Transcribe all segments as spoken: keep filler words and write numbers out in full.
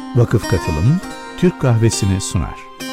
Vakıf Katılım Türk Kahvesi'ni sunar.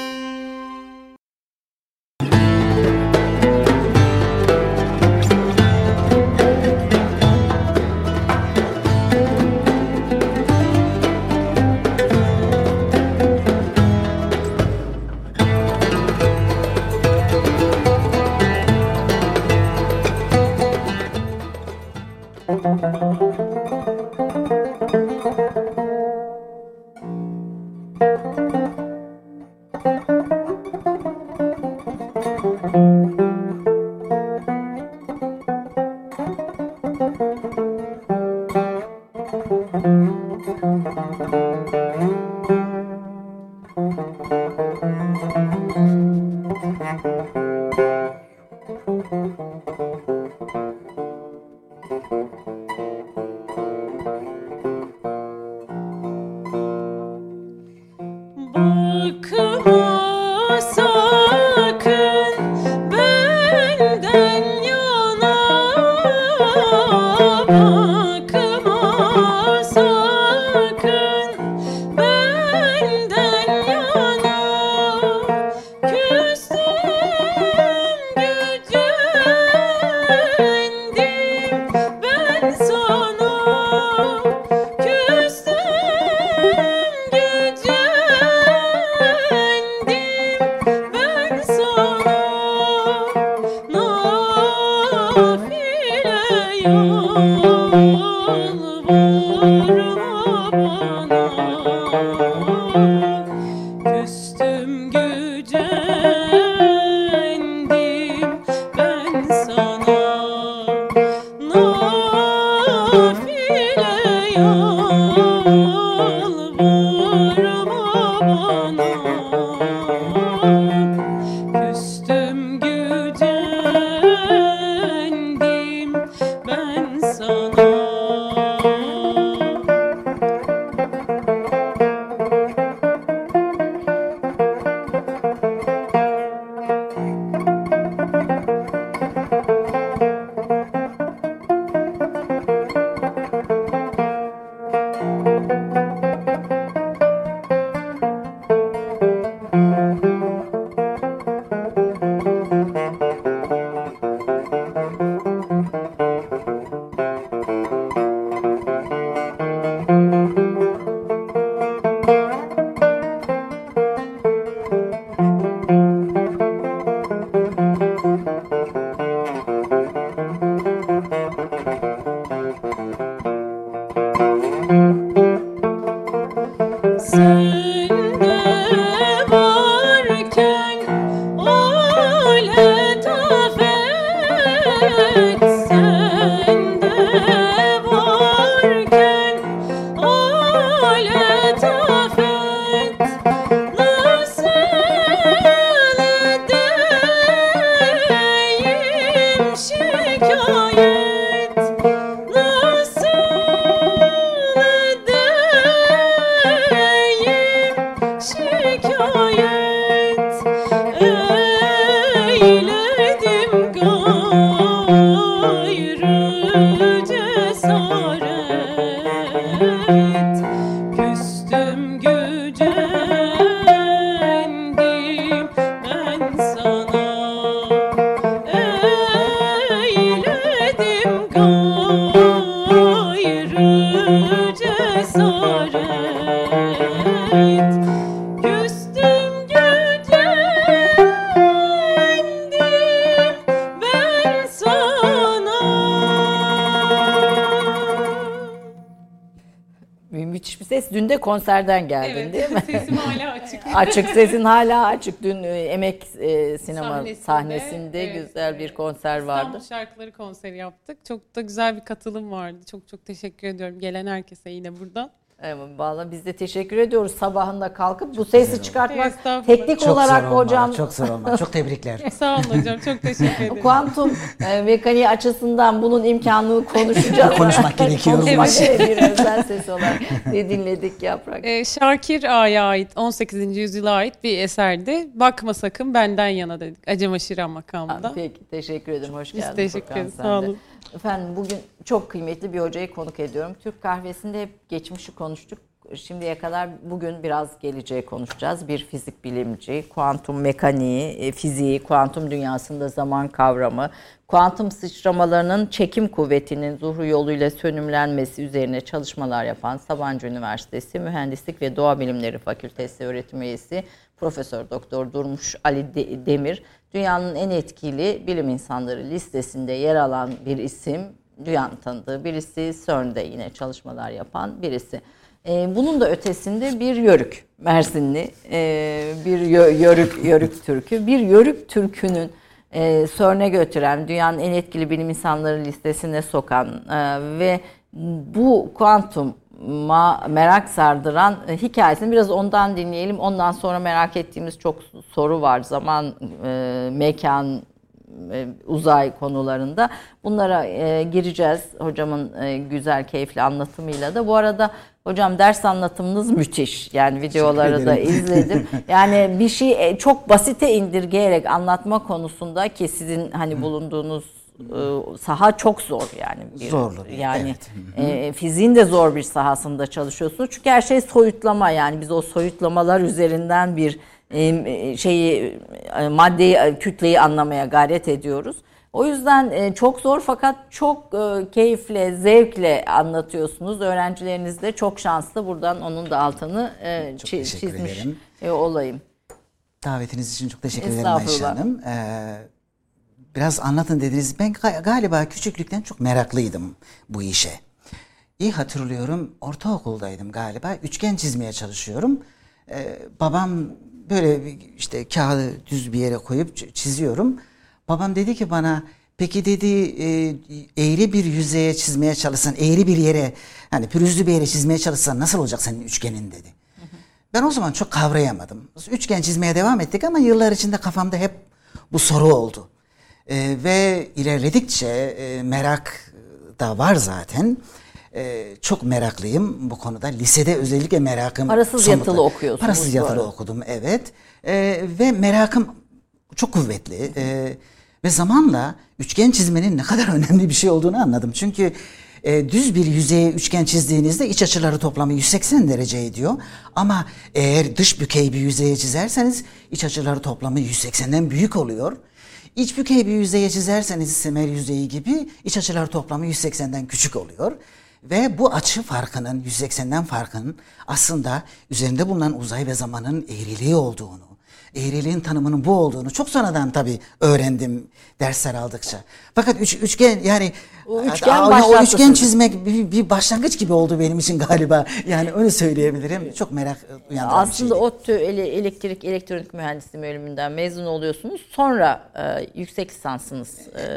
Dün de konserden geldin, evet, değil mi? Sesim hala açık. Açık, sesin hala açık. Dün e, Emek e, Sinema sahnesinde, sahnesinde evet, güzel bir konser vardı. İstanbul Şarkıları konseri yaptık. Çok da güzel bir katılım vardı. Çok çok teşekkür ediyorum gelen herkese yine buradan. Evet, vallahi biz de teşekkür ediyoruz. Sabahında kalkıp bu sesi çıkartmak evet, teknik çok olarak olmalı, hocam. Çok zor olmalı. Çok tebrikler. Sağ olun hocam. Çok teşekkür ederim. Kuantum e, mekaniği açısından bunun imkanını konuşacağız. Konuşmak gerekiyor. Konuşmak gerekiyor. Bir özel ses olarak ne dinledik Yaprak? Ee, Şakir Ağa'ya ait on sekizinci yüzyıla ait bir eserdi. Bakma sakın benden yana dedik. Acem Aşiran makamında. Peki teşekkür ederim. Hoş geldin. Biz teşekkür ederiz. Sağ olun. Efendim bugün çok kıymetli bir hocayı konuk ediyorum. Türk kahvesinde hep geçmişi konuştuk. şimdiye kadar bugün biraz geleceği konuşacağız. Bir fizik bilimci, kuantum mekaniği, fiziği, kuantum dünyasında zaman kavramı, kuantum sıçramalarının çekim kuvvetinin zuhru yoluyla sönümlenmesi üzerine çalışmalar yapan Sabancı Üniversitesi Mühendislik ve Doğa Bilimleri Fakültesi öğretim üyesi Profesör Doktor Durmuş Ali Demir, dünyanın en etkili bilim insanları listesinde yer alan bir isim. Dünyanın tanıdığı birisi, C E R N'de yine çalışmalar yapan birisi. Ee, bunun da ötesinde bir Yörük, Mersinli e, bir Yörük, Yörük Türkü. Bir Yörük Türkü'nün e, C E R N'e götüren, dünyanın en etkili bilim insanları listesine sokan e, ve bu kuantum ma merak sardıran e, hikayesini biraz ondan dinleyelim. Ondan sonra merak ettiğimiz çok soru var. Zaman, e, mekan, uzay konularında. Bunlara e, gireceğiz hocamın e, güzel, keyifli anlatımıyla da. Bu arada hocam ders anlatımınız müthiş. Yani videoları da izledim. Yani bir şey e, çok basite indirgeyerek anlatma konusunda ki sizin hani bulunduğunuz e, saha çok zor yani. Bir, Zorlu. Yani evet. e, fiziğin de zor bir sahasında çalışıyorsunuz. Çünkü her şey soyutlama, yani biz o soyutlamalar üzerinden bir şeyi, maddeyi, kütleyi anlamaya gayret ediyoruz. O yüzden çok zor fakat çok keyifle, zevkle anlatıyorsunuz. Öğrencileriniz de çok şanslı. Buradan onun da altını çok çizmiş ederim. olayım. Davetiniz için çok teşekkür ederim Ayşe Hanım. Ee, biraz anlatın dediniz. Ben galiba küçüklükten çok meraklıydım bu işe. İyi hatırlıyorum, ortaokuldaydım galiba. Üçgen çizmeye çalışıyorum. Ee, babam böyle işte kağıdı düz bir yere koyup çiziyorum. Babam dedi ki bana, peki dedi e, eğri bir yüzeye çizmeye çalışsan, eğri bir yere, hani pürüzlü bir yere çizmeye çalışsan nasıl olacak senin üçgenin dedi. Hı hı. Ben o zaman çok kavrayamadım. Üçgen çizmeye devam ettik ama yıllar içinde kafamda hep bu soru oldu. E, ve ilerledikçe e, merak da var zaten. Ee, çok meraklıyım bu konuda. Lisede özellikle merakım... Parasız somutlu. yatılı okuyorsunuz. Parasız yatılı okudum, evet. Ee, ve merakım çok kuvvetli. Ee, ve zamanla üçgen çizmenin ne kadar önemli bir şey olduğunu anladım. Çünkü e, düz bir yüzeye üçgen çizdiğinizde iç açıları toplamı yüz seksen derece ediyor. Ama eğer dış bükey bir yüzeye çizerseniz iç açıları toplamı yüz seksenden büyük oluyor. İç bükey bir yüzeye çizerseniz semer yüzeyi gibi iç açılar toplamı yüz seksenden küçük oluyor. Ve bu açı farkının, yüz seksenden farkının aslında üzerinde bulunan uzay ve zamanın eğriliği olduğunu, eğriliğin tanımının bu olduğunu çok sonradan tabii öğrendim dersler aldıkça. Fakat üç, üçgen yani o üçgen, a, o üçgen çizmek bir, bir başlangıç gibi oldu benim için galiba. Yani öyle söyleyebilirim. Çok merak uyandıran bir şeydi. Aslında ODTÜ elektrik elektronik mühendisliği bölümünden mezun oluyorsunuz. Sonra e, yüksek lisansınız.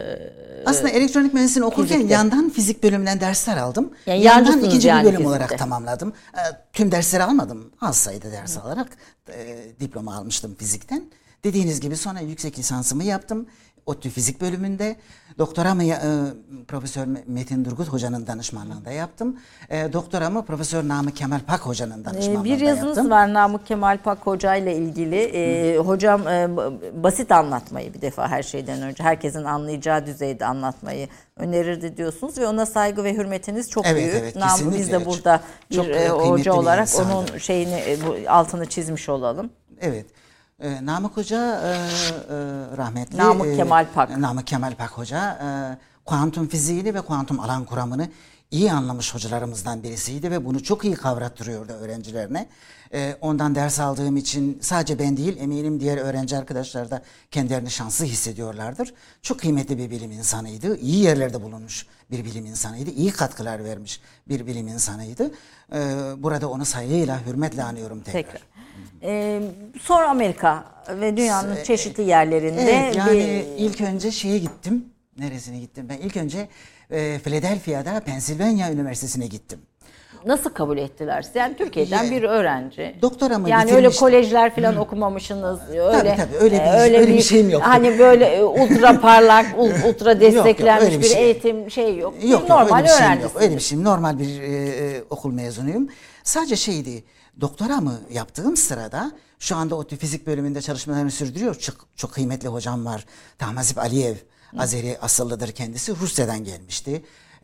E, Aslında elektronik mühendisliğini okurken fizikte. Yandan fizik bölümünden dersler aldım. Yani yandan ikinci yani bir bölüm fizikte. olarak tamamladım. E, tüm dersleri almadım. Az sayıda ders Hı. alarak e, diploma almıştım fizikten. Dediğiniz gibi sonra yüksek lisansımı yaptım. ODTÜ Fizik bölümünde. Doktoramı e, Profesör Metin Durgut Hoca'nın danışmanlığında yaptım. E, doktoramı Profesör Namık Kemal Pak Hoca'nın danışmanlığında yaptım. Bir yazınız yaptım. var Namık Kemal Pak Hoca ile ilgili. E, hocam e, basit anlatmayı bir defa her şeyden önce herkesin anlayacağı düzeyde anlatmayı önerirdi diyorsunuz ve ona saygı ve hürmetiniz çok evet, büyük. Evet, Namık biz de burada bir çok e, hoca bir olarak insandı. onun şeyini e, bu, altını çizmiş olalım. Evet. Ee, Namık Hoca e, e, rahmetli Namık e, Kemal Pak. Namık Kemal Pak Hoca e, kuantum fiziğini ve kuantum alan kuramını iyi anlamış hocalarımızdan birisiydi ve bunu çok iyi kavrattırıyordu öğrencilerine. E, ondan ders aldığım için sadece ben değil, eminim diğer öğrenci arkadaşlar da kendilerini şanslı hissediyorlardır. Çok kıymetli bir bilim insanıydı. İyi yerlerde bulunmuş bir bilim insanıydı. İyi katkılar vermiş bir bilim insanıydı. E, burada onu saygıyla, hürmetle anıyorum tekrar. Tekrar. Ee, sonra Amerika ve dünyanın çeşitli yerlerinde. Evet, yani bir... ilk önce şeye gittim. Neresine gittim? Ben ilk önce e, Philadelphia'da Pennsylvania Üniversitesi'ne gittim. Nasıl kabul ettiler sizi? Yani Türkiye'den Ya, bir öğrenci. Doktoramı yani öyle kolejler falan hmm. okumamışsınız. Öyle, tabii tabii öyle bir, öyle öyle bir, bir şeyim yok. Hani böyle ultra parlak, ultra desteklenmiş yok, yok, bir, bir şey. eğitim şey yok. Yok, yok normal öyle bir şeyim öğrencisiniz. yok. Öyle bir şeyim. Normal bir e, okul mezunuyum. Sadece şeydi. Doktoramı yaptığım sırada şu anda ODTÜ Fizik bölümünde çalışmalarını sürdürüyor. Çok, çok kıymetli hocam var. Tahmasip Aliyev, Azeri asıllıdır kendisi. Rusya'dan gelmişti.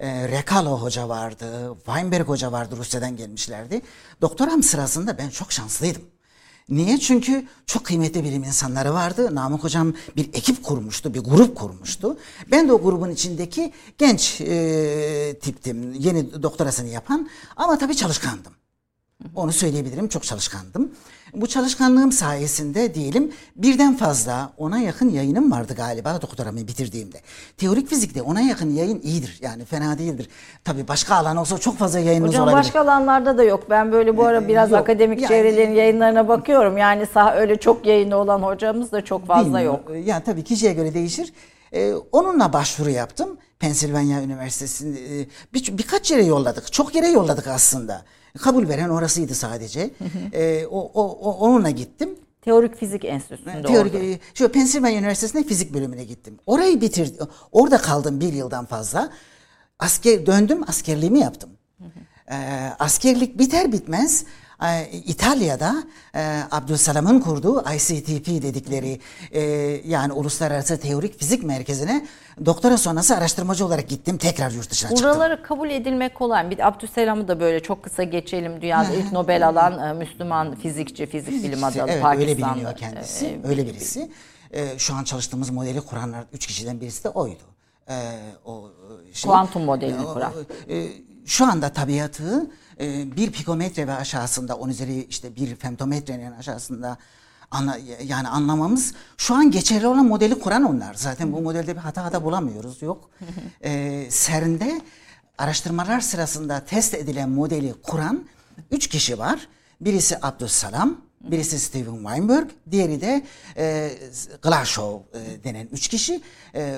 e, Rekalo hoca vardı, Weinberg hoca vardı, Rusya'dan gelmişlerdi. Doktoram sırasında ben çok şanslıydım. Niye? Çünkü çok kıymetli bilim insanları vardı. Namık hocam bir ekip kurmuştu, bir grup kurmuştu. Ben de o grubun içindeki genç e, tiptim, yeni doktorasını yapan ama tabii çalışkandım. Onu söyleyebilirim, çok çalışkandım. Bu çalışkanlığım sayesinde diyelim birden fazla ona yakın yayınım vardı galiba doktoramı bitirdiğimde. Teorik fizikte ona yakın yayın iyidir, yani fena değildir. Tabii başka alan olsa çok fazla yayınınız Hocam olabilir. başka alanlarda da yok. Ben böyle bu ara biraz Yok, akademik yani- çevrelerin yayınlarına bakıyorum. Yani sah öyle çok yayını olan hocamız da çok fazla Bilmiyorum. yok. Yani tabii kişiye göre değişir. Ee, onunla başvuru yaptım. Pensilvanya Üniversitesi'nde e, bir, birkaç yere yolladık. Çok yere yolladık aslında. Kabul veren orasıydı sadece. Ee, o, o, o- onunla gittim. Teorik Fizik Enstitüsü'nde Teorik, oldu. e, şu Pensilvanya Üniversitesi'nde fizik bölümüne gittim. Orayı bitirdim. Orada kaldım bir yıldan fazla. Asker döndüm, askerliğimi yaptım. Ee, askerlik biter bitmez e, İtalya'da e, Abdülselam'ın kurduğu I C T P dedikleri e, yani Uluslararası Teorik Fizik Merkezi'ne doktora sonrası araştırmacı olarak gittim. Tekrar yurt dışına çıktım. Buraları kabul edilmek kolay. Bir de Abdüsselam'ı da böyle çok kısa geçelim. Dünyada ilk Nobel alan e, Müslüman fizikçi, fizik bilim adamı Evet, Pakistan'da. öyle biliniyor kendisi. E, öyle birisi. Ee, şu an çalıştığımız modeli kuranlar üç kişiden birisi de oydu. Ee, o şey, Kuantum modelini e, o- kuran. e, şu anda tabiatı e, bir pikometre ve aşağısında, on üzeri işte bir femtometrenin aşağısında anla, yani anlamamız, şu an geçerli olan modeli kuran onlar. Zaten bu modelde bir hata da bulamıyoruz, yok. ee, CERN'de araştırmalar sırasında test edilen modeli kuran üç kişi var. Birisi Abdüsselam, birisi Steven Weinberg, diğeri de e, Glashow e, denen üç kişi. E,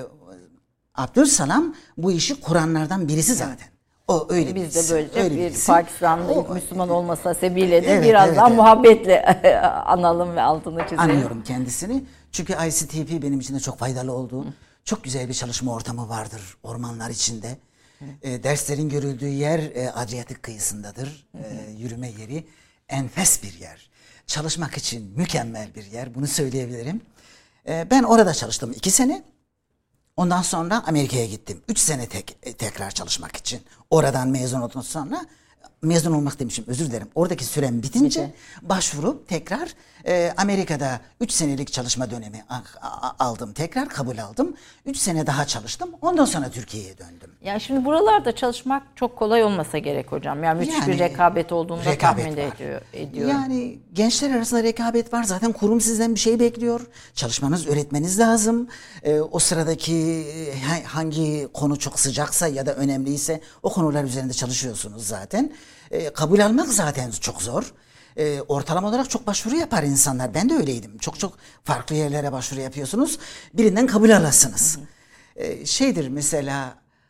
Abdülselam bu işi kuranlardan birisi zaten. O öyle Biz birisi. de böylece öyle bir birisi. Pakistanlı O- ilk Müslüman olması sebebiyle de Evet, biraz evet, daha evet. muhabbetle analım ve altını çizelim. Anlıyorum kendisini. Çünkü I C T P benim için de çok faydalı oldu. Çok güzel bir çalışma ortamı vardır ormanlar içinde. E, derslerin görüldüğü yer e, Adriyatik kıyısındadır. E, yürüme yeri enfes bir yer. Çalışmak için mükemmel bir yer. Bunu söyleyebilirim. E, ben orada çalıştım iki sene. Ondan sonra Amerika'ya gittim. Üç sene tek, tekrar çalışmak için. Oradan mezun olduktan sonra, mezun olmak demişim, özür dilerim. Oradaki sürem bitince Bitti. başvurup tekrar e, Amerika'da üç senelik çalışma dönemi a- a- aldım. Tekrar kabul aldım. Üç sene daha çalıştım. Ondan sonra Türkiye'ye döndüm. Yani şimdi buralarda çalışmak çok kolay olmasa gerek hocam. Yani müthiş Yani bir rekabet olduğunu da rekabet tahmin var. ediyor, ediyorum. Yani gençler arasında rekabet var. Zaten kurum sizden bir şey bekliyor. Çalışmanız, üretmeniz lazım. Ee, o sıradaki e, ha- hangi konu çok sıcaksa ya da önemliyse o konular üzerinde çalışıyorsunuz zaten. Ee, kabul almak zaten çok zor. Ee, ortalama olarak çok başvuru yapar insanlar. Ben de öyleydim. Çok çok farklı yerlere başvuru yapıyorsunuz. Birinden kabul alasınız. Ee, şeydir mesela,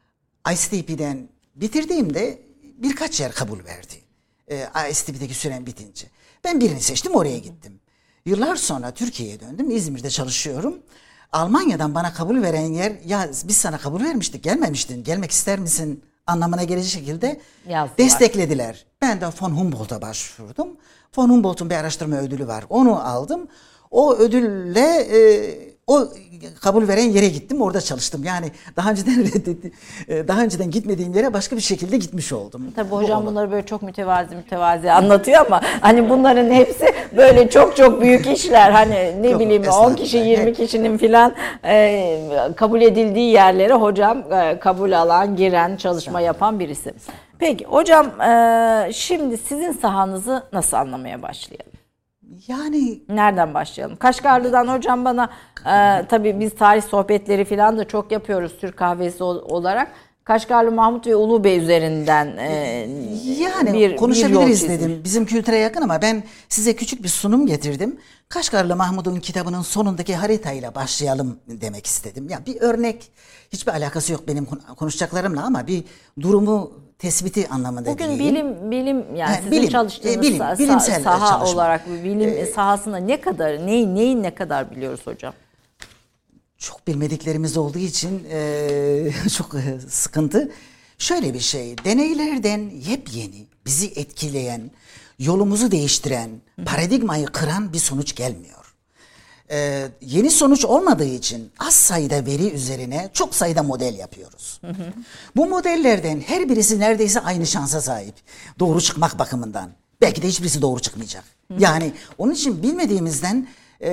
I C T P'den bitirdiğimde birkaç yer kabul verdi. Ee, I C T P'deki sürem bitince. Ben birini seçtim, oraya gittim. Yıllar sonra Türkiye'ye döndüm. İzmir'de çalışıyorum. Almanya'dan bana kabul veren yer, ya biz sana kabul vermiştik, gelmemiştin, gelmek ister misin anlamına gelecek şekilde Yazdılar. desteklediler. Ben de von Humboldt'a başvurdum. Von Humboldt'un bir araştırma ödülü var. Onu aldım. O ödülle e, o kabul veren yere gittim. Orada çalıştım. Yani daha önceden reddetti, e, daha önceden gitmediğim yere başka bir şekilde gitmiş oldum. Tabii Bu hocam olay. bunları böyle çok mütevazi mütevazi anlatıyor ama hani bunların hepsi böyle çok çok büyük işler. Hani ne Yok, bileyim on estağfurullah. kişi yirmi Evet. kişinin filan e, kabul edildiği yerlere hocam e, kabul alan, giren, çalışma yapan birisi. Peki hocam e, şimdi sizin sahanızı nasıl anlamaya başlayalım? Yani Nereden başlayalım? Kaşgarlı'dan hocam bana e, tabii biz tarih sohbetleri falan da çok yapıyoruz Türk kahvesi ol- olarak. Kaşgarlı Mahmut ve Ulu Bey üzerinden e, Yani bir, bir konuşabiliriz yol dedim. Bizim kültüre yakın ama ben size küçük bir sunum getirdim. Kaşgarlı Mahmud'un kitabının sonundaki haritayla başlayalım demek istedim. Ya bir örnek, hiçbir alakası yok benim konuşacaklarımla ama bir durumu tespiti anlamında Bugün diyeyim. bilim bilim yani Ha, sizin bilim, çalıştığınız e, bilim, sa- bilimsel saha çalışma. olarak bilim sahasında ne kadar neyi neyi ne kadar biliyoruz hocam? Çok bilmediklerimiz olduğu için eee, çok e, sıkıntı. Şöyle bir şey, deneylerden yepyeni, bizi etkileyen, yolumuzu değiştiren, paradigmayı kıran bir sonuç gelmiyor. e, yeni sonuç olmadığı için az sayıda veri üzerine çok sayıda model yapıyoruz. Hı hı. Bu modellerden her birisi neredeyse aynı şansa sahip. Doğru çıkmak bakımından. Belki de hiçbirisi doğru çıkmayacak. Hı hı. Yani onun için bilmediğimizden e,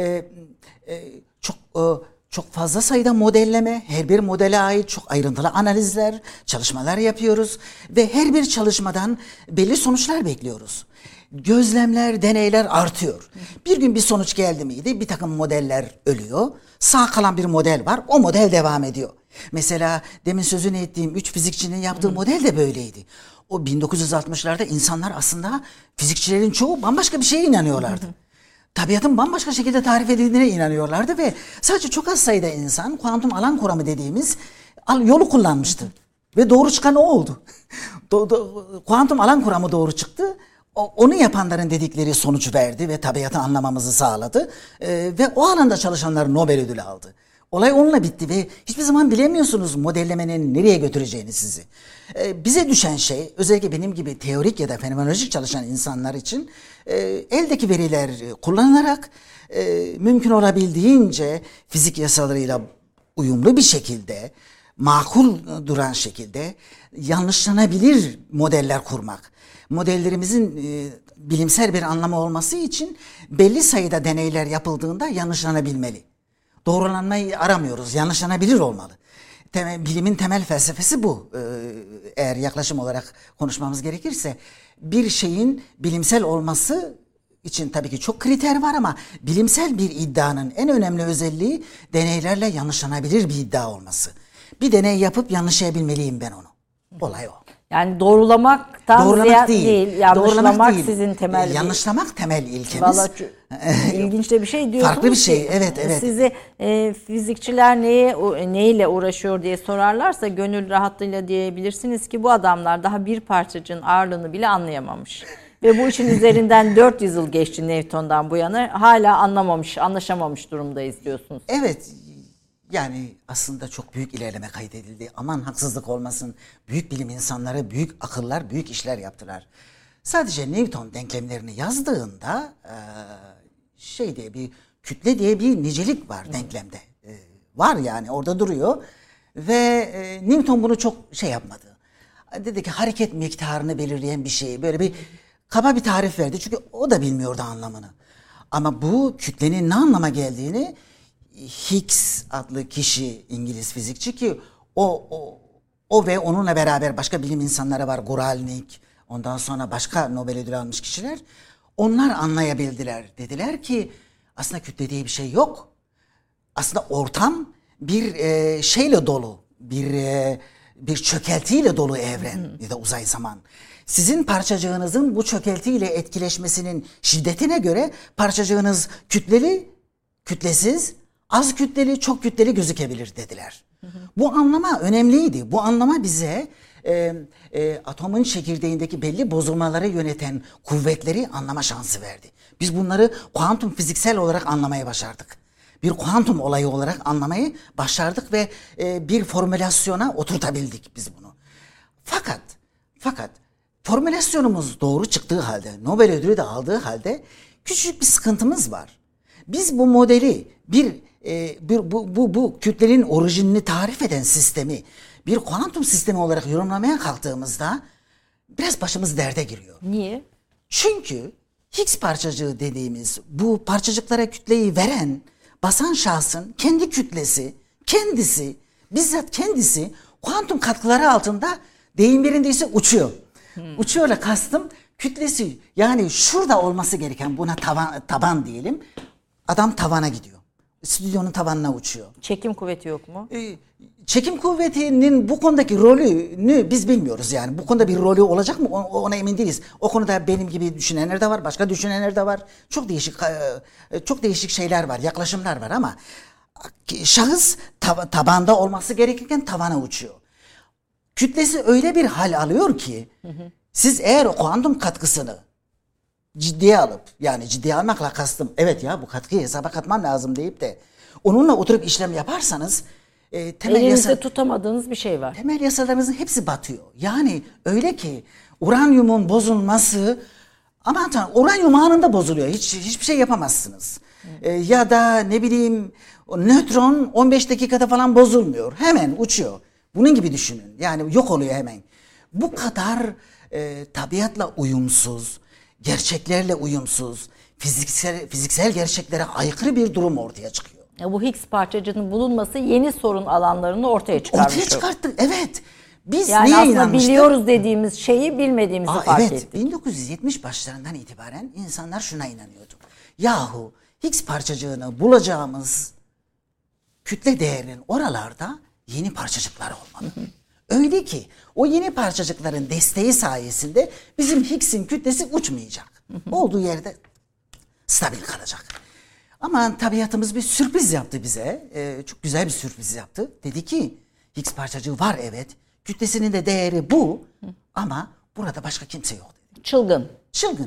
e, çok e, çok fazla sayıda modelleme, her bir modele ait çok ayrıntılı analizler, çalışmalar yapıyoruz ve her bir çalışmadan belli sonuçlar bekliyoruz. Gözlemler, deneyler artıyor. Bir gün bir sonuç geldi miydi? Bir takım modeller ölüyor. Sağ kalan bir model var. O model devam ediyor. Mesela demin sözünü ettiğim üç fizikçinin yaptığı Hı. model de böyleydi. O bin dokuz yüz altmışlarda insanlar aslında fizikçilerin çoğu bambaşka bir şeye inanıyorlardı. Hı. Tabiatın bambaşka şekilde tarif edildiğine inanıyorlardı ve sadece çok az sayıda insan kuantum alan kuramı dediğimiz yolu kullanmıştı. Hı. Ve doğru çıkan o oldu. do, do, kuantum alan kuramı doğru çıktı. O, onu yapanların dedikleri sonuç verdi ve tabiatı anlamamızı sağladı. Ee, ve o alanda çalışanlar Nobel ödülü aldı. Olay onunla bitti ve hiçbir zaman bilemiyorsunuz modellemenin nereye götüreceğini sizi. Ee, bize düşen şey, özellikle benim gibi teorik ya da fenomenolojik çalışan insanlar için e, eldeki veriler kullanılarak e, mümkün olabildiğince fizik yasalarıyla uyumlu bir şekilde, makul duran şekilde yanlışlanabilir modeller kurmak. Modellerimizin e, bilimsel bir anlamı olması için belli sayıda deneyler yapıldığında yanlışlanabilmeli. Doğrulanmayı aramıyoruz, yanlışlanabilir olmalı. Temel, bilimin temel felsefesi bu. Ee, eğer yaklaşım olarak konuşmamız gerekirse bir şeyin bilimsel olması için tabii ki çok kriter var ama bilimsel bir iddianın en önemli özelliği deneylerle yanlışlanabilir bir iddia olması. Bir deney yapıp yanlışlayabilmeliyim ben onu. Olay o. Yani doğrulamaktan Doğrulamak değil, değil, yanlışlamak doğrulamak değil. sizin temel e, yanlışlamak temel ilkemiz. Vallahi ilginç de bir şey diyorsunuz. Farklı bir şey, ki, evet, evet. Sizi e, fizikçiler neye neyle uğraşıyor diye sorarlarsa gönül rahatlığıyla diyebilirsiniz ki bu adamlar daha bir parçacığın ağırlığını bile anlayamamış. Ve bu işin üzerinden dört yüz yıl geçti Newton'dan bu yana, hala anlamamış, anlaşamamış durumdayız diyorsunuz. Evet. Yani aslında çok büyük ilerleme kaydedildi. Aman haksızlık olmasın. Büyük bilim insanları, büyük akıllar, büyük işler yaptılar. Sadece Newton denklemlerini yazdığında e, şey diye bir kütle diye bir nicelik var Hı. denklemde. E, var yani orada duruyor. Ve e, Newton bunu çok şey yapmadı. Dedi ki hareket miktarını belirleyen bir şey. Böyle bir kaba bir tarif verdi. Çünkü o da bilmiyordu anlamını. Ama bu kütlenin ne anlama geldiğini Higgs adlı kişi, İngiliz fizikçi ki o, o o ve onunla beraber başka bilim insanları var. Guralnik, ondan sonra başka Nobel ödülü almış kişiler. Onlar anlayabildiler. Dediler ki aslında kütle diye bir şey yok. Aslında ortam bir e, şeyle dolu, bir e, bir çökeltiyle dolu evren ya da uzay zaman. Sizin parçacığınızın bu çökeltiyle etkileşmesinin şiddetine göre parçacığınız kütleli, kütlesiz, az kütleli, çok kütleli gözükebilir dediler. Hı hı. Bu anlama önemliydi. Bu anlama bize e, e, atomun çekirdeğindeki belli bozulmaları yöneten kuvvetleri anlama şansı verdi. Biz bunları kuantum fiziksel olarak anlamaya başardık. Bir kuantum olayı olarak anlamayı başardık ve e, bir formülasyona oturtabildik biz bunu. Fakat, fakat formülasyonumuz doğru çıktığı halde, Nobel ödülü de aldığı halde küçük bir sıkıntımız var. Biz bu modeli bir e, bir bu bu bu kütlenin orijinini tarif eden sistemi bir kuantum sistemi olarak yorumlamaya kalktığımızda biraz başımız derde giriyor. Niye? Çünkü Higgs parçacığı dediğimiz bu parçacıklara kütleyi veren, basan şahsın kendi kütlesi, kendisi, bizzat kendisi kuantum katkıları altında deyim yerindeyse uçuyor. Hmm. Uçuyorla kastım kütlesi, yani şurada olması gereken, buna tavan, taban diyelim. Adam tavana gidiyor. Stüdyonun tavanına uçuyor. Çekim kuvveti yok mu? Ee, çekim kuvvetinin bu konudaki rolünü biz bilmiyoruz yani. Bu konuda bir rolü olacak mı ona emin değiliz. O konuda benim gibi düşünenler de var, başka düşünenler de var. Çok değişik çok değişik şeyler var, yaklaşımlar var ama şahıs tab- tabanda olması gerekirken tavana uçuyor. Kütlesi öyle bir hal alıyor ki hı hı. siz eğer o kuantum katkısını ciddiye alıp, yani ciddiye almakla kastım evet ya bu katkıyı hesaba katmam lazım deyip de onunla oturup işlem yaparsanız e, temel elinizde yasa, tutamadığınız bir şey var. Temel yasalarınızın hepsi batıyor. Yani öyle ki uranyumun bozulması Aman tanrım, uranyum anında bozuluyor. Hiç hiçbir şey yapamazsınız. Ee, ya da ne bileyim nötron on beş dakikada falan bozulmuyor. Hemen uçuyor. Bunun gibi düşünün. Yani yok oluyor hemen. Bu kadar e, tabiatla uyumsuz, gerçeklerle uyumsuz, fiziksel fiziksel gerçeklere aykırı bir durum ortaya çıkıyor. Ya bu Higgs parçacığının bulunması yeni sorun alanlarını ortaya çıkarmış. Ortaya çıkarttı, evet. Biz yani neye aslında inanmıştık? biliyoruz dediğimiz şeyi bilmediğimizi Aa, fark evet, ettik. bin dokuz yüz yetmiş başlarından itibaren insanlar şuna inanıyordu. Yahu Higgs parçacığını bulacağımız kütle değerinin oralarda yeni parçacıklar olmalı. Öyle ki o yeni parçacıkların desteği sayesinde bizim Higgs'in kütlesi uçmayacak. Olduğu yerde stabil kalacak. Ama tabiatımız bir sürpriz yaptı bize. Ee, çok güzel bir sürpriz yaptı. Dedi ki Higgs parçacığı var, evet. Kütlesinin de değeri bu. Ama burada başka kimse yok dedi. Çılgın. Çılgın.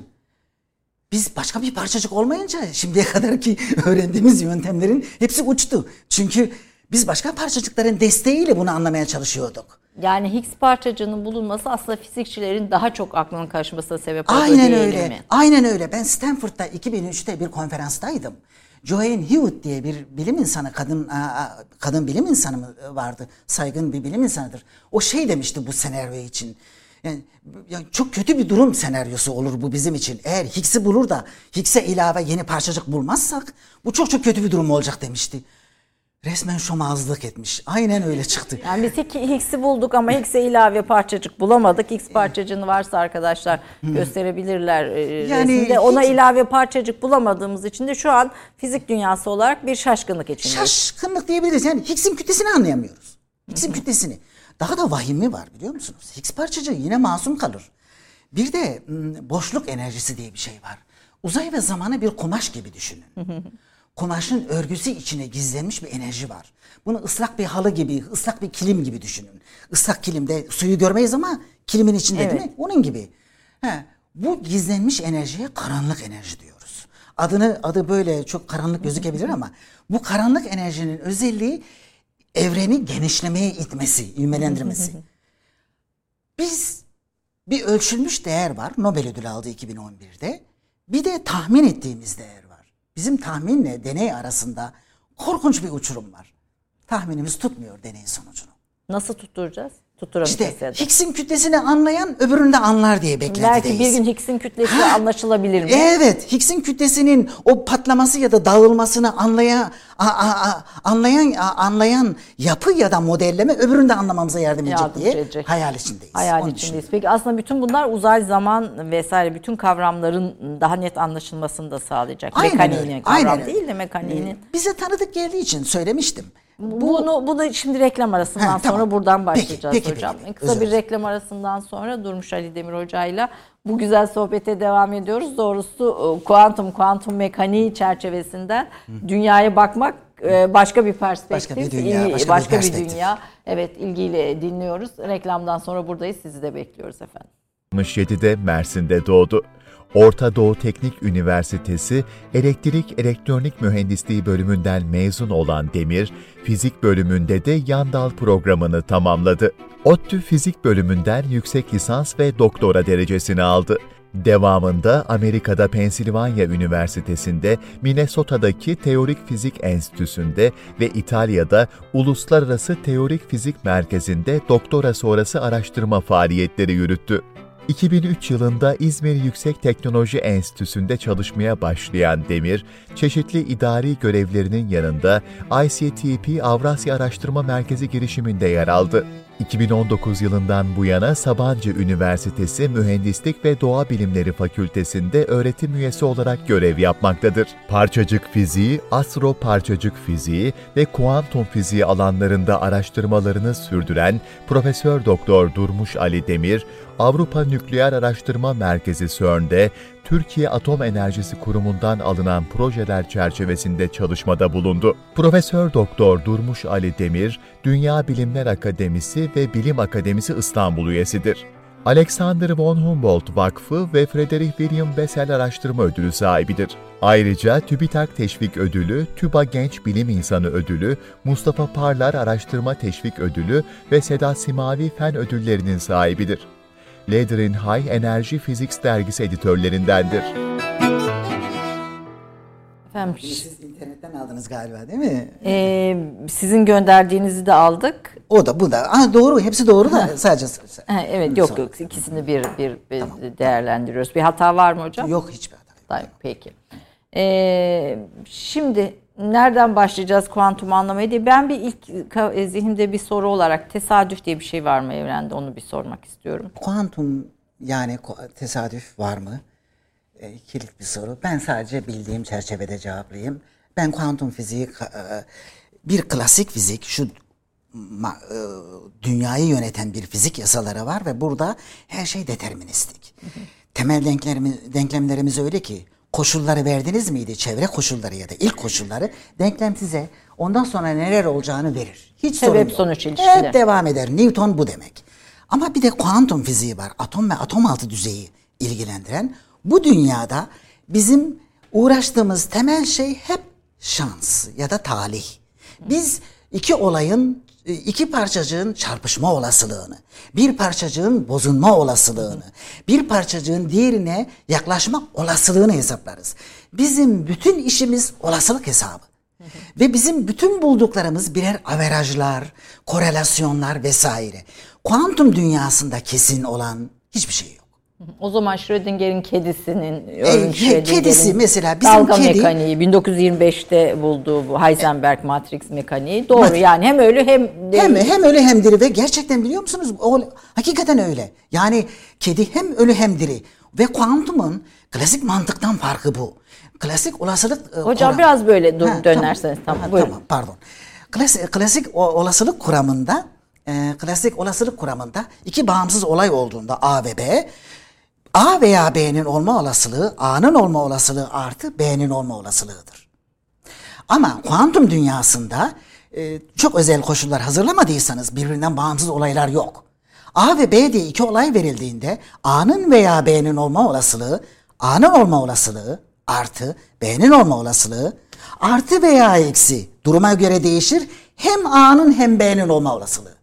Biz başka bir parçacık olmayınca şimdiye kadarki öğrendiğimiz yöntemlerin hepsi uçtu. Çünkü biz başka parçacıkların desteğiyle bunu anlamaya çalışıyorduk. Yani Higgs parçacığının bulunması aslında fizikçilerin daha çok aklının karışmasına sebep oldu. Aynen diyelim öyle. mi? Aynen öyle. Ben Stanford'da iki bin üçte bir konferanstaydım. Joanne Hewitt diye bir bilim insanı, kadın kadın bilim insanı vardı. Saygın bir bilim insanıdır. O şey demişti bu senaryo için. Yani, yani çok kötü bir durum senaryosu olur bu bizim için. Eğer Higgs'i bulur da Higgs'e ilave yeni parçacık bulmazsak bu çok çok kötü bir durum olacak demişti. Resmen şomazlık etmiş. Aynen öyle çıktı. Yani biz Higgs'i bulduk ama Higgs'e ilave parçacık bulamadık. Higgs parçacığını varsa arkadaşlar gösterebilirler yani resimde. Ona hiç... ilave parçacık bulamadığımız için de şu an fizik dünyası olarak bir şaşkınlık içindeyiz. Şaşkınlık diyebiliriz. Yani Higgs'in kütlesini anlayamıyoruz. Higgs'in kütlesini. Daha da vahimi var biliyor musunuz? Higgs parçacığı yine masum kalır. Bir de boşluk enerjisi diye bir şey var. Uzay ve zamanı bir kumaş gibi düşünün. Kumaşın örgüsü içine gizlenmiş bir enerji var. Bunu ıslak bir halı gibi, ıslak bir kilim gibi düşünün. Islak kilimde suyu görmeyiz ama kilimin içinde evet. Değil mi? Onun gibi. He, bu gizlenmiş enerjiye karanlık enerji diyoruz. Adını adı böyle çok karanlık gözükebilir ama bu karanlık enerjinin özelliği evreni genişlemeye itmesi, ivmelendirmesi. Biz bir ölçülmüş değer var. Nobel ödülü aldı iki bin on birde. Bir de tahmin ettiğimiz değer var. Bizim tahminle deney arasında korkunç bir uçurum var. Tahminimiz tutmuyor deneyin sonucunu. Nasıl tutturacağız? Tutturamayacağız. İşte Higgs'in kütlesini anlayan öbürünü de anlar diye beklentideyiz. Belki bir gün Higgs'in kütlesi ha, anlaşılabilir mi? Evet, Higgs'in kütlesinin o patlaması ya da dağılmasını anlayan a, a, a, anlayan a, anlayan yapı ya da modelleme öbürünü de anlamamıza yardım edecek yardım diye edecek. hayal içindeyiz. Hayal içindeyiz. Peki aslında bütün bunlar uzay, zaman vesaire bütün kavramların daha net anlaşılmasını da sağlayacak. Aynen mekaniğini, öyle. kavram Aynen değil de mekaniğini. Bize tanıdık geldiği için söylemiştim. Bu, bunu bunu şimdi reklam arasından ha, sonra tamam. buradan başlayacağız peki, peki, hocam. Peki, Kısa Özel. bir reklam arasından sonra Durmuş Ali Demir hocayla bu güzel sohbete devam ediyoruz. Doğrusu kuantum, kuantum mekaniği çerçevesinden Hı. dünyaya bakmak başka bir perspektif, başka bir dünya, başka, başka bir, bir perspektif. dünya. Evet, ilgiyle dinliyoruz. Reklamdan sonra buradayız. Sizi de bekliyoruz efendim. altmış yedide Mersin'de doğdu. Orta Doğu Teknik Üniversitesi Elektrik Elektronik Mühendisliği bölümünden mezun olan Demir, fizik bölümünde de yan dal programını tamamladı. ODTÜ Fizik bölümünden yüksek lisans ve doktora derecesini aldı. Devamında Amerika'da Pensilvanya Üniversitesi'nde, Minnesota'daki Teorik Fizik Enstitüsü'nde ve İtalya'da Uluslararası Teorik Fizik Merkezi'nde doktora sonrası araştırma faaliyetleri yürüttü. iki bin üç yılında İzmir Yüksek Teknoloji Enstitüsü'nde çalışmaya başlayan Demir, çeşitli idari görevlerinin yanında I C T P Avrasya Araştırma Merkezi girişiminde yer aldı. iki bin on dokuz yılından bu yana Sabancı Üniversitesi Mühendislik ve Doğa Bilimleri Fakültesi'nde öğretim üyesi olarak görev yapmaktadır. Parçacık fiziği, astro parçacık fiziği ve kuantum fiziği alanlarında araştırmalarını sürdüren Profesör Doktor Durmuş Ali Demir, Avrupa Nükleer Araştırma Merkezi CERN'de Türkiye Atom Enerjisi Kurumu'ndan alınan projeler çerçevesinde çalışmada bulundu. Profesör Doktor Durmuş Ali Demir, Dünya Bilimler Akademisi ve Bilim Akademisi İstanbul üyesidir. Alexander von Humboldt Vakfı ve Frederick William Bessel Araştırma Ödülü sahibidir. Ayrıca TÜBİTAK Teşvik Ödülü, TÜBA Genç Bilim İnsanı Ödülü, Mustafa Parlar Araştırma Teşvik Ödülü ve Sedat Simavi Fen Ödülleri'nin sahibidir. Ladder'in High Energy Physics dergisi editörlerindendir. Efendim, siz internetten aldınız galiba değil mi? E, sizin gönderdiğinizi de aldık. O da bu da. Aa, doğru, hepsi doğru da sadece. Ha, evet, yok yok, ikisini bir bir, bir tamam, değerlendiriyoruz. Bir hata var mı hocam? Yok, hiçbir hata yok. Peki. Ee, şimdi nereden başlayacağız kuantumu anlamaya diye. Ben bir ilk zihnimde bir soru olarak tesadüf diye bir şey var mı evrende, onu bir sormak istiyorum. Kuantum yani tesadüf var mı? E, kilit bir soru. Ben sadece bildiğim çerçevede cevaplayayım. Ben kuantum fiziği bir klasik fizik, şu dünyayı yöneten bir fizik yasaları var ve burada her şey deterministik. Hı hı. Temel denklemlerimiz, denklemlerimiz öyle ki koşulları verdiniz miydi? Çevre koşulları ya da ilk koşulları denklem size ondan sonra neler olacağını verir. Hiç sorun yok. Sebep sonuç ilişkileri. Hep devam eder. Newton bu demek. Ama bir de kuantum fiziği var. Atom ve atom altı düzeyi ilgilendiren. Bu dünyada bizim uğraştığımız temel şey hep şans ya da talih. Biz iki olayın, iki parçacığın çarpışma olasılığını, bir parçacığın bozulma olasılığını, bir parçacığın diğerine yaklaşma olasılığını hesaplarız. Bizim bütün işimiz olasılık hesabı. Ve bizim bütün bulduklarımız birer averajlar, korelasyonlar vesaire. Kuantum dünyasında kesin olan hiçbir şey yok. O zaman Schrödinger'in kedisinin e, kedisi mesela bizim dalga kedi, mekaniği bin dokuz yüz yirmi beşte bulduğu bu Heisenberg matrix mekaniği doğru. Mat- yani hem ölü hem hem hem ölü hem diri ve gerçekten biliyor musunuz? O hakikaten öyle. Yani kedi hem ölü hem diri ve kuantumun klasik mantıktan farkı bu. Klasik olasılık hocam kuram. Biraz böyle dur, ha, dönerseniz tamam. Tamam, Buyurun. tamam pardon. Klasik, klasik olasılık kuramında e, klasik olasılık kuramında iki bağımsız olay olduğunda A ve B, A veya B'nin olma olasılığı A'nın olma olasılığı artı B'nin olma olasılığıdır. Ama kuantum dünyasında e, çok özel koşullar hazırlamadıysanız birbirinden bağımsız olaylar yok. A ve B diye iki olay verildiğinde A'nın veya B'nin olma olasılığı A'nın olma olasılığı artı B'nin olma olasılığı artı veya eksi duruma göre değişir. Hem A'nın hem B'nin olma olasılığı.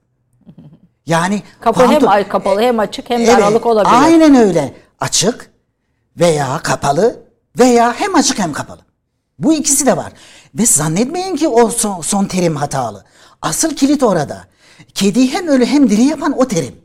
Yani kapı kuantum, hem kapalı hem açık hem de evet, aralık olabilir. Aynen öyle. Açık veya kapalı veya hem açık hem kapalı. Bu ikisi de var. Ve zannetmeyin ki o son, son terim hatalı. Asıl kilit orada. Kediyi hem ölü hem diri yapan o terim.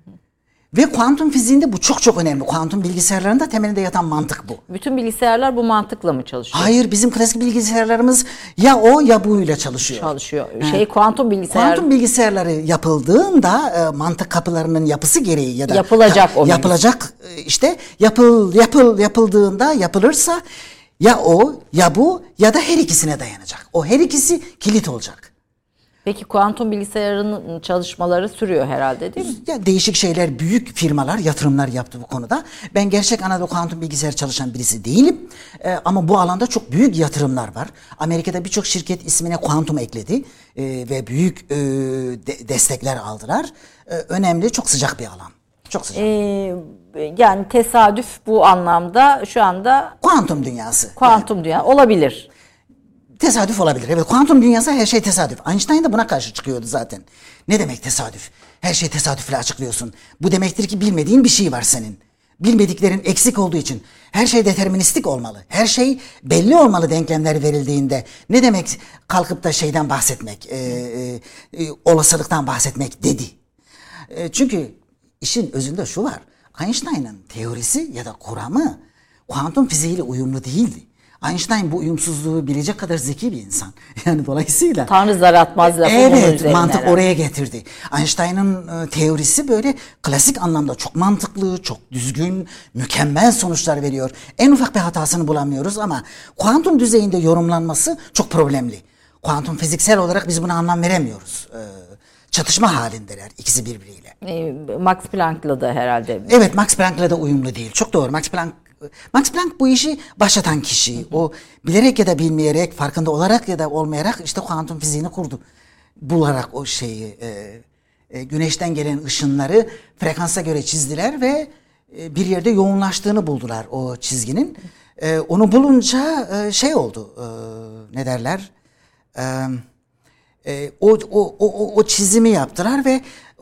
Ve kuantum fiziğinde bu çok çok önemli. Kuantum bilgisayarlarında temelinde yatan mantık bu. Bütün bilgisayarlar bu mantıkla mı çalışıyor? Hayır, bizim klasik bilgisayarlarımız ya o ya buyla çalışıyor. Çalışıyor. He. Şey kuantum bilgisayar. Kuantum bilgisayarları yapıldığında e, mantık kapılarının yapısı gereği ya da yapılacak o. Yapılacak e, işte yapıl yapıl yapıldığında yapılırsa ya o ya bu ya da her ikisine dayanacak. O her ikisi kilit olacak. Peki kuantum bilgisayarının çalışmaları sürüyor herhalde değil mi? Ya değişik şeyler, büyük firmalar yatırımlar yaptı bu konuda. Ben gerçek anlamda kuantum bilgisayar çalışan birisi değilim. Ee, ama bu alanda çok büyük yatırımlar var. Amerika'da birçok şirket ismine kuantum ekledi ee, ve büyük e, de, destekler aldılar. Ee, önemli, çok sıcak bir alan. Çok sıcak. Ee, yani tesadüf bu anlamda şu anda kuantum dünyası. Kuantum yani. dünya olabilir. Tesadüf olabilir. Evet, kuantum dünyası her şey tesadüf. Einstein de buna karşı çıkıyordu zaten. Ne demek tesadüf? Her şeyi tesadüfle açıklıyorsun. Bu demektir ki bilmediğin bir şey var senin. Bilmediklerin eksik olduğu için. Her şey deterministik olmalı. Her şey belli olmalı denklemler verildiğinde. Ne demek kalkıp da şeyden bahsetmek, e, e, e, olasılıktan bahsetmek dedi. E, çünkü işin özünde şu var. Einstein'ın teorisi ya da kuramı kuantum fiziğiyle uyumlu değildi. Einstein bu uyumsuzluğu bilecek kadar zeki bir insan. Yani dolayısıyla Tanrı zar atmaz lafı evet, mantık oraya getirdi. Einstein'ın e, teorisi böyle klasik anlamda çok mantıklı, çok düzgün, mükemmel sonuçlar veriyor. En ufak bir hatasını bulamıyoruz ama kuantum düzeyinde yorumlanması çok problemli. Kuantum fiziksel olarak biz buna anlam veremiyoruz. E, çatışma halindeler ikisi birbiriyle. E, Max Planck'la da herhalde. Evet, Max Planck'la da uyumlu değil. Çok doğru. Max Planck Max Planck bu işi başlatan kişi. Hı hı. O bilerek ya da bilmeyerek, farkında olarak ya da olmayarak işte kuantum fiziğini kurdu. Bularak o şeyi, e, e, güneşten gelen ışınları frekansa göre çizdiler ve e, bir yerde yoğunlaştığını buldular o çizginin. E, onu bulunca e, şey oldu, e, ne derler, e, e, o, o, o, o çizimi yaptılar ve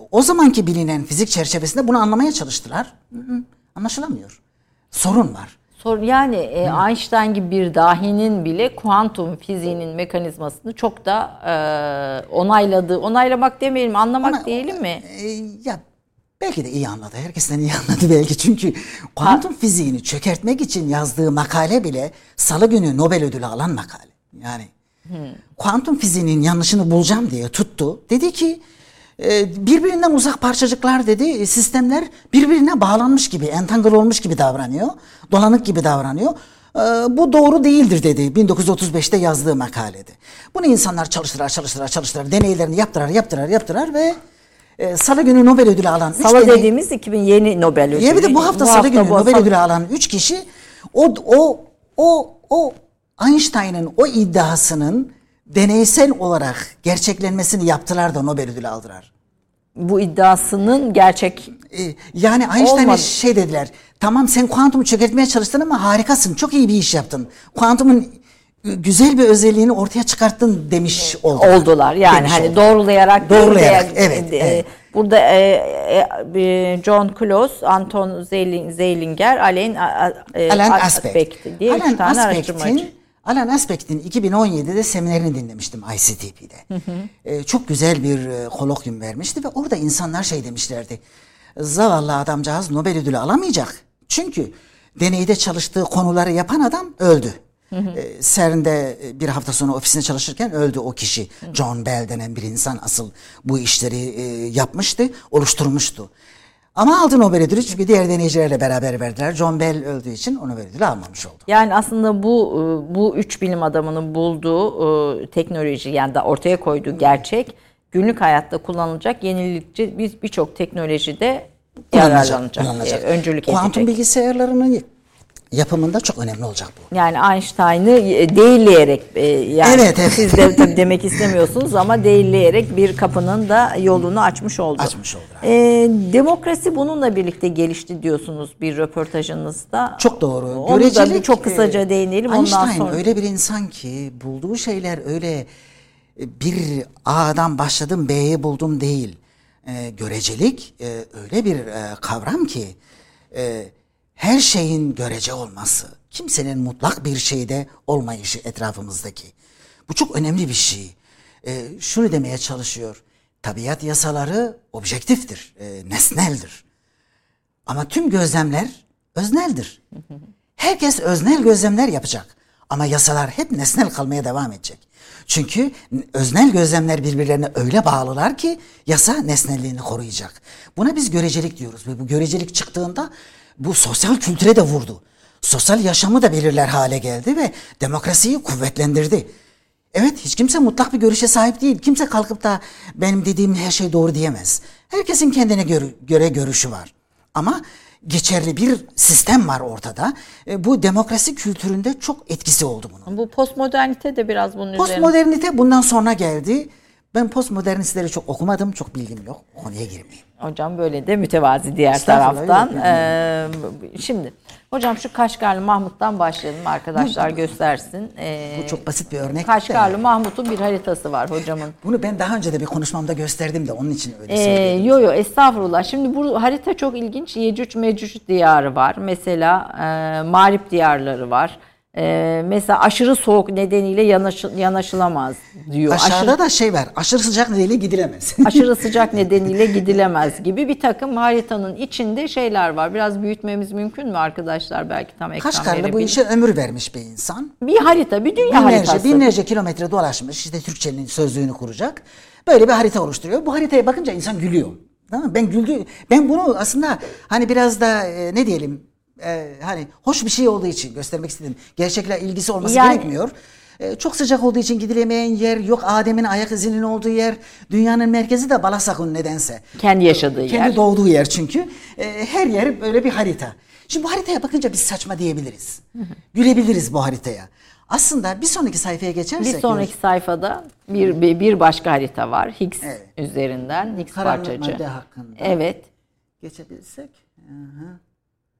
o zamanki bilinen fizik çerçevesinde bunu anlamaya çalıştılar. Hı hı, anlaşılamıyor. Sorun var. Sor, yani e, Einstein gibi bir dahinin bile kuantum fiziğinin mekanizmasını çok da e, onayladı. Onaylamak demeyelim, anlamak Ona, diyelim mi? E, ya belki de iyi anladı. Herkesten iyi anladı belki. Çünkü kuantum ha. fiziğini çökertmek için yazdığı makale bile Salı günü Nobel ödülü alan makale. Yani hmm. kuantum fiziğinin yanlışını bulacağım diye tuttu. Dedi ki birbirinden uzak parçacıklar dedi, sistemler birbirine bağlanmış gibi, entangle olmuş gibi davranıyor, dolanık gibi davranıyor. Bu doğru değildir dedi bin dokuz yüz otuz beşte yazdığı makalede. Bunu insanlar çalıştırar, çalıştırar, çalıştırar, deneylerini yaptırar, yaptırar, yaptırar ve Salı günü Nobel ödülü alan Salı deney, dediğimiz iki bin yeni Nobel ödülü. Evet, bu hafta bu Salı hafta günü Nobel ödülü alan üç kişi o o o o Einstein'ın o iddiasının deneysel olarak gerçeklenmesini yaptılar da Nobel ödülü aldılar. Bu iddiasının gerçek ee, yani Einstein'a şey dediler. Tamam, sen kuantumu çökertmeye çalıştın ama harikasın. Çok iyi bir iş yaptın. Kuantumun güzel bir özelliğini ortaya çıkarttın demiş oldular. Oldular. Yani demiş hani oldular. doğrulayarak doğrulayarak evet, e, evet. Burada e, e, John Close, Anton Zeilinger, Alain, e, Alan Aspect diye Alan üç tane araştırmacı. Alan Aspect'in iki bin on yedide seminerini dinlemiştim I C T P'de. Hı hı. Ee, çok güzel bir e, kolokyum vermişti ve orada insanlar şey demişlerdi. Zavallı adamcağız Nobel ödülü alamayacak. Çünkü deneyde çalıştığı konuları yapan adam öldü. Hı hı. Ee, CERN'de bir hafta sonra ofisinde çalışırken öldü o kişi. Hı hı. John Bell denen bir insan asıl bu işleri e, yapmıştı, oluşturmuştu. Ama aldı Nobel ödülü çünkü diğer deneyicilerle beraber verdiler. John Bell öldüğü için o Nobel ödülü almamış oldu. Yani aslında bu bu üç bilim adamının bulduğu teknoloji, yani da ortaya koyduğu gerçek günlük hayatta kullanılacak yenilikçi bir birçok teknolojide yararlanacak, e, öncülük edecek. Kuantum bilgisayarlarının yapımında çok önemli olacak bu. Yani Einstein'ı değilleyerek, yani evet, evet. siz de tabii demek istemiyorsunuz ama değilleyerek bir kapının da yolunu açmış oldu. Açmış oldu. Ee, demokrasi bununla birlikte gelişti diyorsunuz bir röportajınızda. Çok doğru. Onu Görecelik, da çok kısaca değinelim. Einstein ondan sonra. öyle bir insan ki bulduğu şeyler öyle bir A'dan başladım B'yi buldum değil. Ee, görecelik e, öyle bir e, kavram ki e, her şeyin görece olması, kimsenin mutlak bir şeyde olmayışı etrafımızdaki. Bu çok önemli bir şey. Ee, şunu demeye çalışıyor. Tabiat yasaları objektiftir, e, nesneldir. Ama tüm gözlemler özneldir. Herkes öznel gözlemler yapacak. Ama yasalar hep nesnel kalmaya devam edecek. Çünkü öznel gözlemler birbirlerine öyle bağlılar ki yasa nesnelliğini koruyacak. Buna biz görecelik diyoruz ve bu görecelik çıktığında bu sosyal kültüre de vurdu. Sosyal yaşamı da belirler hale geldi ve demokrasiyi kuvvetlendirdi. Evet, hiç kimse mutlak bir görüşe sahip değil. Kimse kalkıp da benim dediğim her şey doğru diyemez. Herkesin kendine göre, göre görüşü var. Ama geçerli bir sistem var ortada. E, bu demokrasi kültüründe çok etkisi oldu bunun. Bu postmodernite de biraz bunun üzerine. Postmodernite bundan sonra geldi. Ben postmodernistleri çok okumadım, çok bilgim yok. O konuya girmeyeyim. Hocam böyle de mütevazi diğer taraftan. Ee, şimdi hocam şu Kaşgarlı Mahmut'tan başlayalım, arkadaşlar göstersin. Ee, Bu çok basit bir örnek. Kaşgarlı Mahmut'un bir haritası var hocamın. Bunu ben daha önce de bir konuşmamda gösterdim de onun için öyle ee, söyledim. Yo yo estağfurullah. Şimdi bu harita çok ilginç. Yecüc Mecüc diyarı var. Mesela e, Mağrip diyarları var. Ee, mesela aşırı soğuk nedeniyle yanaş, yanaşılamaz diyor. Aşağıda aşırı, da şey var. Aşırı sıcak nedeniyle gidilemez. aşırı sıcak nedeniyle gidilemez gibi bir takım haritanın içinde şeyler var. Biraz büyütmemiz mümkün mü arkadaşlar? Belki tam ekran Kaşgarlı verebilir. bu işe ömür vermiş bir insan. Bir harita, bir dünya binlerce, haritası. Binlerce kilometre dolaşmış. İşte Türkçenin sözlüğünü kuracak. Böyle bir harita oluşturuyor. Bu haritaya bakınca insan gülüyor. Tamam mı? Ben güldü. Ben bunu aslında hani biraz da e, ne diyelim Ee, hani hoş bir şey olduğu için göstermek istedim. Gerçekle ilgisi olması yani, gerekmiyor. Ee, çok sıcak olduğu için gidilemeyen yer, yok Adem'in ayak izinin olduğu yer. Dünyanın merkezi de Balasakun nedense. Kendi yaşadığı Kendi yer. Kendi doğduğu yer çünkü. Ee, her yer böyle bir harita. Şimdi bu haritaya bakınca biz saçma diyebiliriz. Hı hı. Gülebiliriz bu haritaya. Aslında bir sonraki sayfaya geçersek. Bir sonraki diyoruz. sayfada bir, bir bir başka harita var. Higgs evet. üzerinden. Higgs Karanlık parçacığı. madde hakkında. Evet. Geçebilsek. Hı-hı.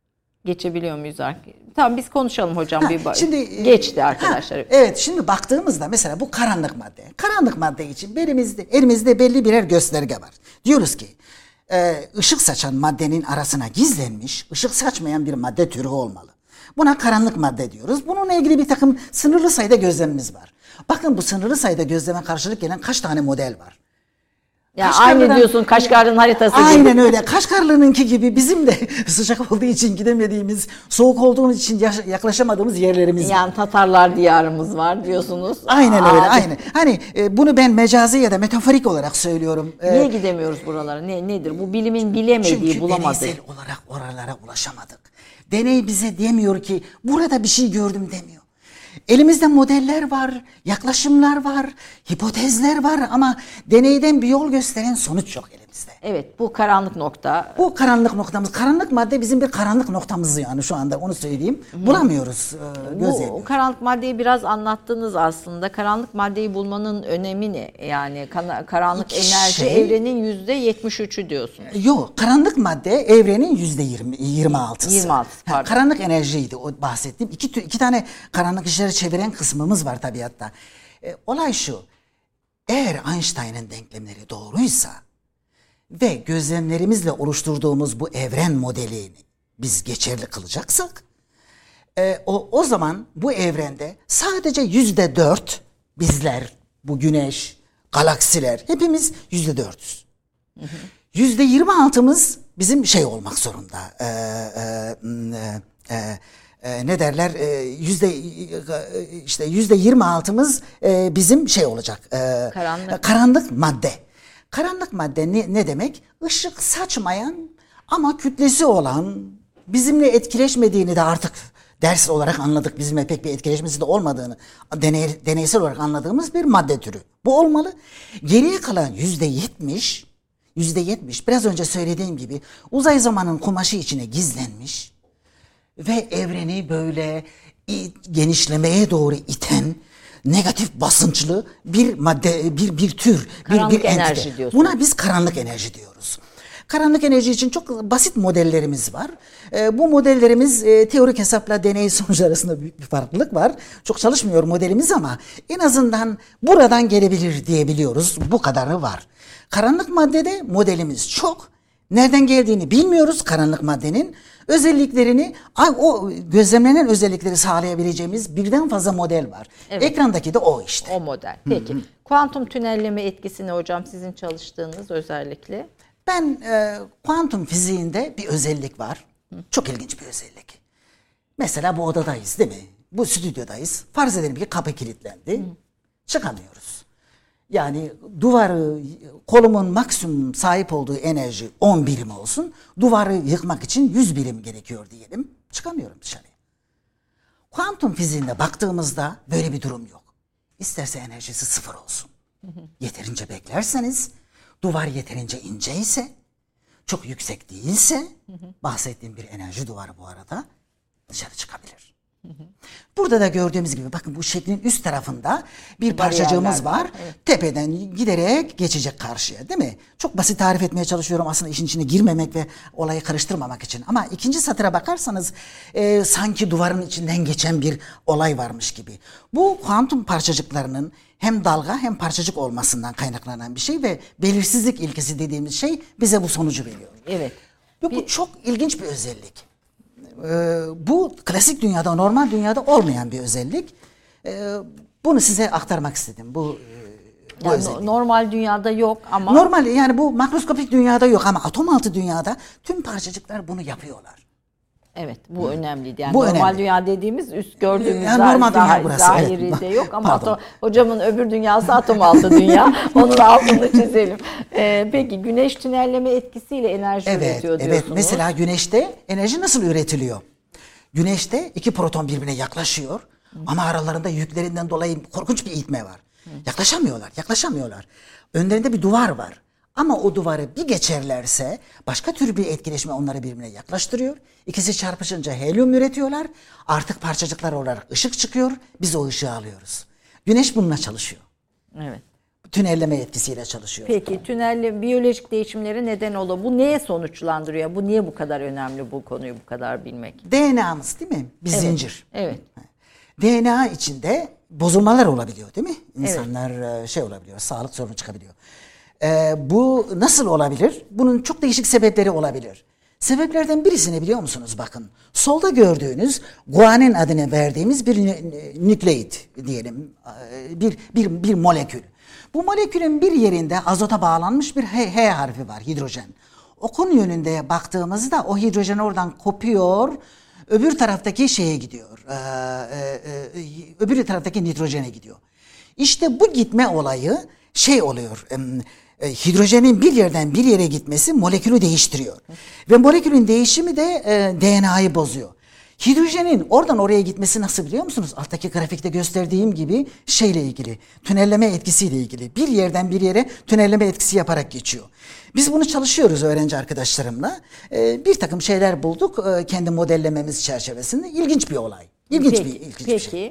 Geçebiliyor muyuz? Tamam, biz konuşalım hocam. Ha, bir bak. şimdi Geçti arkadaşlar. Ha, evet, şimdi baktığımızda mesela bu karanlık madde. Karanlık madde için elimizde, elimizde belli birer gösterge var. Diyoruz ki e, ışık saçan maddenin arasına gizlenmiş, ışık saçmayan bir madde türü olmalı. Buna karanlık madde diyoruz. Bununla ilgili bir takım sınırlı sayıda gözlemimiz var. Bakın bu sınırlı sayıda gözleme karşılık gelen kaç tane model var. Ya aynı diyorsun Kaşgar'ın haritası gibi. Aynen öyle. Kaşgarlı'nınki gibi bizim de sıcak olduğu için gidemediğimiz, soğuk olduğumuz için yaklaşamadığımız yerlerimiz var. Yani Tatarlar diyarımız var diyorsunuz. Aynen öyle, Aa, aynen. Hani e, bunu ben mecazi ya da metaforik olarak söylüyorum. Niye E, gidemiyoruz buralara? Ne nedir? Bu bilimin bilemediği, çünkü bulamadığı. deneysel olarak oralara ulaşamadık. Deney bize demiyor ki burada bir şey gördüm demiyor. Elimizde modeller var, yaklaşımlar var, hipotezler var ama deneyden bir yol gösteren sonuç yok elimizde. Evet, bu karanlık nokta. Bu karanlık noktamız, karanlık madde bizim bir karanlık noktamız yani şu anda, onu söyleyeyim. Bulamıyoruz, e, Bu karanlık maddeyi biraz anlattınız aslında. Karanlık maddeyi bulmanın önemi ne? Yani kana- karanlık İki enerji şey- evrenin yüzde yetmiş üçü diyorsunuz. Yok, karanlık madde evrenin yüzde yirmi, yirmi altısı. yirmi altısı, pardon. Ha, karanlık enerjiydi o bahsettiğim. İki, tür- iki tane karanlık işleri çeviren kısmımız var tabiatta. E, olay şu, eğer Einstein'ın denklemleri doğruysa ve gözlemlerimizle oluşturduğumuz bu evren modelini biz geçerli kılacaksak, e, o, o zaman bu evrende sadece yüzde dört bizler, bu güneş, galaksiler hepimiz yüzde dörtüz. Yüzde yirmi altımız bizim şey olmak zorunda. E, e, e, e, ne derler? E, yüzde işte yüzde yirmi altımız e, bizim şey olacak. E, Karanlık. Karanlık madde. Karanlık madde ne, ne demek? Işık saçmayan ama kütlesi olan, bizimle etkileşmediğini de artık ders olarak anladık. Bizimle pek bir etkileşmesi de olmadığını deney, deneysel olarak anladığımız bir madde türü. Bu olmalı. Geriye kalan yüzde yetmiş, yüzde yetmiş biraz önce söylediğim gibi uzay zamanın kumaşı içine gizlenmiş ve evreni böyle genişlemeye doğru iten negatif basınçlı bir madde, bir bir tür, Karanlık bir bir enerji entite. diyorsun. Buna biz karanlık enerji diyoruz. Karanlık enerji için çok basit modellerimiz var. E, bu modellerimiz e, teorik hesapla deney sonucu arasında büyük bir farklılık var. Çok çalışmıyor modelimiz ama en azından buradan gelebilir diyebiliyoruz. Bu kadarı var. Karanlık maddede modelimiz çok. Nereden geldiğini bilmiyoruz karanlık maddenin. Özelliklerini, o gözlemlenen özellikleri sağlayabileceğimiz birden fazla model var. Evet. Ekrandaki de o işte. O model. Peki. Kuantum tünelleme etkisi ne hocam, sizin çalıştığınız özellikle? Ben e, kuantum fiziğinde bir özellik var. Çok ilginç bir özellik. Mesela bu odadayız değil mi? Bu stüdyodayız. Farz edelim ki kapı kilitlendi. Çıkamıyoruz. Yani duvarı, kolumun maksimum sahip olduğu enerji on birim olsun. Duvarı yıkmak için yüz birim gerekiyor diyelim. Çıkamıyorum dışarıya. Kuantum fiziğine baktığımızda böyle bir durum yok. İsterse enerjisi sıfır olsun. Yeterince beklerseniz, duvar yeterince ince ise, çok yüksek değilse, bahsettiğim bir enerji duvarı bu arada, dışarı çıkabilir. Burada da gördüğümüz gibi bakın bu şeklin üst tarafında bir parçacığımız var. var. Evet. Tepeden giderek geçecek karşıya değil mi? Çok basit tarif etmeye çalışıyorum aslında işin içine girmemek ve olayı karıştırmamak için. Ama ikinci satıra bakarsanız e, sanki duvarın içinden geçen bir olay varmış gibi. Bu kuantum parçacıklarının hem dalga hem parçacık olmasından kaynaklanan bir şey ve belirsizlik ilkesi dediğimiz şey bize bu sonucu veriyor. Evet. Ve bu çok ilginç bir özellik. Ee, bu klasik dünyada, normal dünyada olmayan bir özellik. Ee, bunu size aktarmak istedim. Bu, e, bu yani özellik. Normal dünyada yok ama... Normal yani bu makroskopik dünyada yok ama atom altı dünyada tüm parçacıklar bunu yapıyorlar. Evet, bu önemliydi. Yani bu normal önemli. dünya dediğimiz üst gördüğümüz yani normal dünya zah- burası, zahiride evet. yok ama Pardon. atom, hocamın öbür dünyası atom altı dünya. Onun altını çizelim. Ee, peki güneş tünelleme etkisiyle enerji Evet, üretiyor evet. diyorsunuz. Mesela güneşte enerji nasıl üretiliyor? Güneşte iki proton birbirine yaklaşıyor Hı. ama aralarında yüklerinden dolayı korkunç bir itme var. Hı. Yaklaşamıyorlar, yaklaşamıyorlar. Önlerinde bir duvar var. Ama o duvarı bir geçerlerse başka tür bir etkileşme onları birbirine yaklaştırıyor. İkisi çarpışınca helyum üretiyorlar. Artık parçacıklar olarak ışık çıkıyor. Biz o ışığı alıyoruz. Güneş bununla çalışıyor. Evet. tünelleme etkisiyle çalışıyor. Peki tünelle biyolojik değişimlere neden oluyor. Bu neye sonuçlandırıyor? Bu niye bu kadar önemli, bu konuyu bu kadar bilmek? D N A'mız değil mi? Bir evet. zincir. Evet. D N A içinde bozulmalar olabiliyor değil mi? İnsanlar evet. şey olabiliyor, sağlık sorunu çıkabiliyor. Ee, bu nasıl olabilir? Bunun çok değişik sebepleri olabilir. Sebeplerden birisini biliyor musunuz? Bakın, solda gördüğünüz guanin adını verdiğimiz bir nükleid diyelim, bir, bir, bir molekül. Bu molekülün bir yerinde azota bağlanmış bir H, H harfi var, hidrojen. Okun yönünde baktığımızda o hidrojen oradan kopuyor, öbür taraftaki şeye gidiyor, ee, e, e, öbür taraftaki nitrojene gidiyor. İşte bu gitme olayı şey oluyor, e, e, hidrojenin bir yerden bir yere gitmesi molekülü değiştiriyor. Ve molekülün değişimi de e, D N A'yı bozuyor. Hidrojenin oradan oraya gitmesi nasıl biliyor musunuz? Alttaki grafikte gösterdiğim gibi şeyle ilgili, tünelleme etkisiyle ilgili. Bir yerden bir yere tünelleme etkisi yaparak geçiyor. Biz bunu çalışıyoruz öğrenci arkadaşlarımla. Ee, bir takım şeyler bulduk e, kendi modellememiz çerçevesinde. İlginç bir olay. İlginç peki, bir, ilginç peki, bir şey.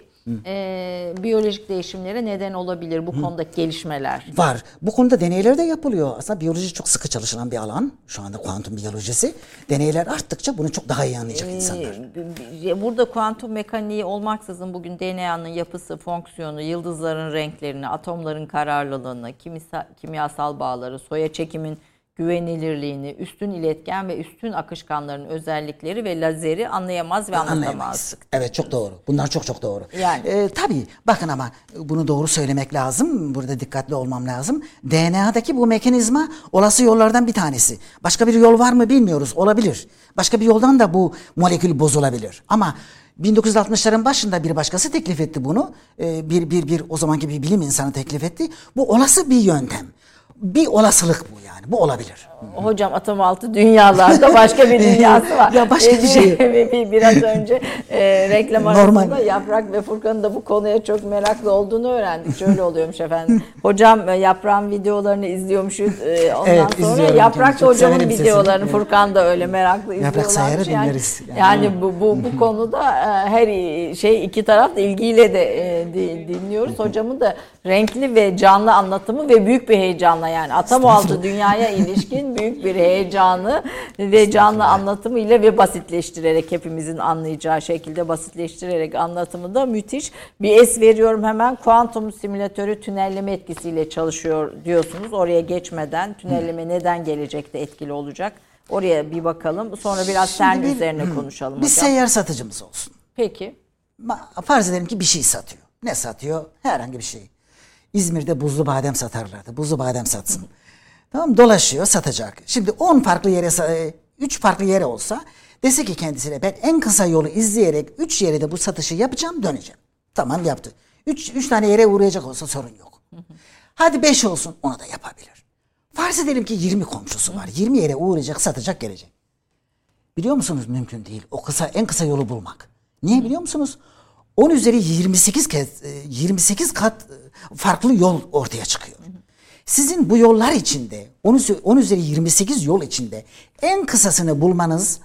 E, biyolojik değişimlere neden olabilir bu Hı. konudaki gelişmeler? Var. Bu konuda deneyler de yapılıyor. Aslında biyoloji çok sıkı çalışılan bir alan. Şu anda kuantum biyolojisi. Deneyler arttıkça bunu çok daha iyi anlayacak ee, insanlar. Burada kuantum mekaniği olmaksızın bugün D N A'nın yapısı, fonksiyonu, yıldızların renklerini, atomların kararlılığını, kimyasal, kimyasal bağları, soya çekimin güvenilirliğini, üstün iletken ve üstün akışkanların özellikleri ve lazeri anlayamaz ve anlatamazdık. Evet, çok doğru. Bunlar çok çok doğru. Yani. Ee, tabii bakın ama bunu doğru söylemek lazım. Burada dikkatli olmam lazım. D N A'daki bu mekanizma olası yollardan bir tanesi. Başka bir yol var mı bilmiyoruz. Olabilir. Başka bir yoldan da bu molekül bozulabilir. Ama bin dokuz yüz altmışların başında bir başkası teklif etti bunu. Ee, bir, bir, bir o zamanki bir bilim insanı teklif etti. Bu olası bir yöntem. Bir olasılık bu yani. Bu olabilir. Hocam atom altı dünyalarda başka bir dünyası var. Ya başka bir şey. Biraz önce e, reklam arasında Yaprak ve Furkan'ın da bu konuya çok meraklı olduğunu öğrendik. Şöyle oluyormuş efendim. Hocam e, Yaprak'ın videolarını izliyormuşuz. E, ondan evet, sonra Yaprak da hocamın videolarını, sesini. Furkan da öyle meraklı Yaprak izliyorlarmış. Yani, yani, yani bu, bu, bu konuda e, her şey iki taraf da ilgiyle de e, dinliyoruz. Hocamın da renkli ve canlı anlatımı ve büyük bir heyecanla yani atom altı dünyaya ilişkin büyük bir heyecanı ve canlı anlatımıyla ve basitleştirerek hepimizin anlayacağı şekilde basitleştirerek anlatımı da müthiş. Bir es veriyorum hemen. Kuantum simülatörü tünelleme etkisiyle çalışıyor diyorsunuz. Oraya geçmeden tünelleme neden gelecekte etkili olacak? Oraya bir bakalım. Sonra biraz CERN üzerine konuşalım hocam. Bir seyyar satıcımız olsun. Peki. Farz edelim ki bir şey satıyor. Ne satıyor? Herhangi bir şey. İzmir'de buzlu badem satarlardı. Buzlu badem satsın. Tamam, dolaşıyor, satacak. Şimdi on farklı yere, üç farklı yere olsa dese ki kendisine ben en kısa yolu izleyerek üç yere de bu satışı yapacağım, döneceğim. Tamam, yaptı. Üç, üç tane yere uğrayacak olsa sorun yok. Hadi beş olsun, onu da yapabilir. Farz edelim ki yirmi komşusu var. yirmi yere uğrayacak, satacak, gelecek. Biliyor musunuz mümkün değil. O kısa en kısa yolu bulmak. Niye biliyor musunuz? on üzeri yirmi sekiz kez yirmi sekiz kat farklı yol ortaya çıkıyor. Sizin bu yollar içinde on üzeri yirmi sekiz yol içinde en kısasını bulmanız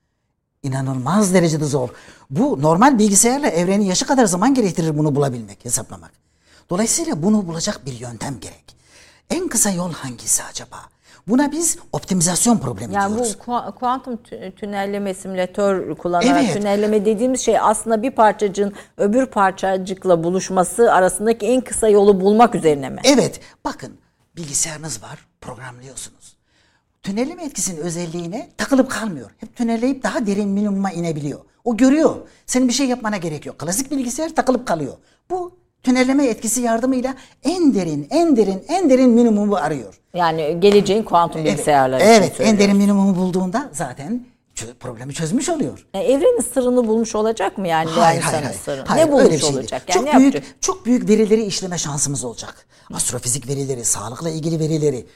inanılmaz derecede zor. Bu normal bilgisayarla evrenin yaşı kadar zaman gerektirir bunu bulabilmek, hesaplamak. Dolayısıyla bunu bulacak bir yöntem gerek. En kısa yol hangisi acaba? Buna biz optimizasyon problemi yani diyoruz. Yani bu kuantum tünelleme simülatör kullanarak evet. tünelleme dediğimiz şey aslında bir parçacığın öbür parçacıkla buluşması arasındaki en kısa yolu bulmak üzerine mi? Evet. Bakın, bilgisayarınız var, programlıyorsunuz. Tünelleme etkisinin özelliğine takılıp kalmıyor. Hep tünelleyip daha derin minimuma inebiliyor. O görüyor. Senin bir şey yapmana gerek yok. Klasik bilgisayar takılıp kalıyor. Bu tünelleme etkisi yardımıyla en derin, en derin, en derin minimumu arıyor. Yani geleceğin kuantum bilgisayarları evet, için evet, en derin minimumu bulduğunda zaten çö- problemi çözmüş oluyor. E, evrenin sırrını bulmuş olacak mı yani? Hayır, hayır, hayır. Sırrını? hayır. Ne bulmuş Öyle bir şey olacak? Yani çok ne büyük, yapacak? çok büyük verileri işleme şansımız olacak. Astrofizik verileri, sağlıkla ilgili verileri,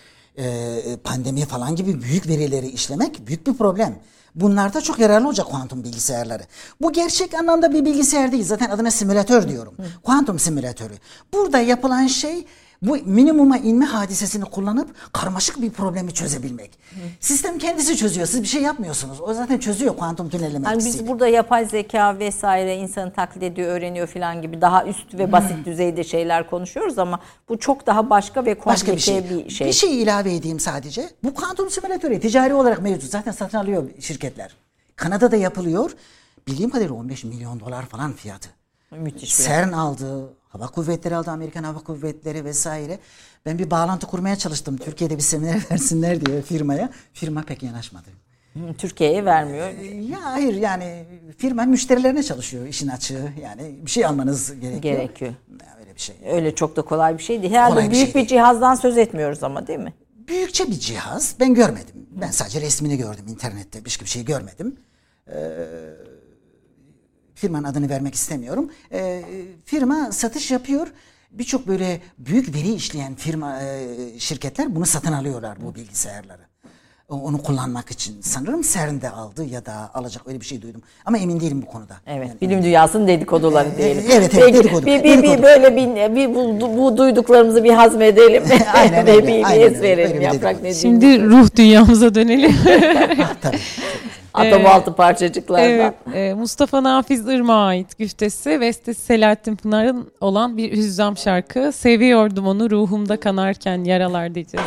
e, pandemi falan gibi büyük verileri işlemek büyük bir problem. Bunlarda çok yararlı olacak kuantum bilgisayarları. Bu gerçek anlamda bir bilgisayar değil. Zaten adına simülatör diyorum. Kuantum simülatörü. Burada yapılan şey Bu minimuma inme hadisesini kullanıp karmaşık bir problemi çözebilmek. Hı. Sistem kendisi çözüyor. Siz bir şey yapmıyorsunuz. O zaten çözüyor kuantum tünelleme yani etkisiyle. Biz burada yapay zeka vesaire insanı taklit ediyor, öğreniyor falan gibi daha üst ve basit hmm. düzeyde şeyler konuşuyoruz ama bu çok daha başka ve komplike bir şey. bir şey. Bir şey ilave edeyim sadece. Bu kuantum simülatörü ticari olarak mevcut. Zaten satın alıyor şirketler. Kanada'da yapılıyor. Bildiğim kadarıyla on beş milyon dolar falan fiyatı. Müthiş. CERN aldı, hava kuvvetleri aldı, Amerikan Hava Kuvvetleri vesaire. Ben bir bağlantı kurmaya çalıştım. Türkiye'de bir seminer versinler diye firmaya. Firma pek yanaşmadı. Türkiye'ye vermiyor. Ya hayır yani firma müşterilerine çalışıyor işin açığı. Yani bir şey almanız gerekiyor. Gerekiyor. Öyle bir şey. Öyle çok da kolay bir şey değil. Herhalde Kolay bir büyük şey bir değil. cihazdan söz etmiyoruz ama değil mi? Büyükçe bir cihaz. Ben görmedim. Ben sadece resmini gördüm internette. Başka bir şey görmedim. Ee, firmanın adını vermek istemiyorum. Ee, firma satış yapıyor. Birçok böyle büyük veri işleyen firma e, şirketler bunu satın alıyorlar, bu bilgisayarları. Onu kullanmak için. Sanırım CERN'de aldı ya da alacak, öyle bir şey duydum. Ama emin değilim bu konuda. Evet. Yani, bilim dünyasının dedikoduları e, diyelim. Evet, evet dedikodu. Bir, bir, bir böyle bir, bir bu, bu duyduklarımızı bir hazmedelim. Aynen Ve öyle. bir Aynen es verelim. öyle. Yaprak ne Şimdi diyeyim? ruh dünyamıza dönelim. Ah, tabii. Atom altı parçacıklardan. Evet, e, Mustafa Nafiz Irmak'a ait güftesi, bestesi Selahattin Pınar'ın olan bir hüzzam şarkı. Seviyordum onu ruhumda kanarken yaralar diyeceğiz.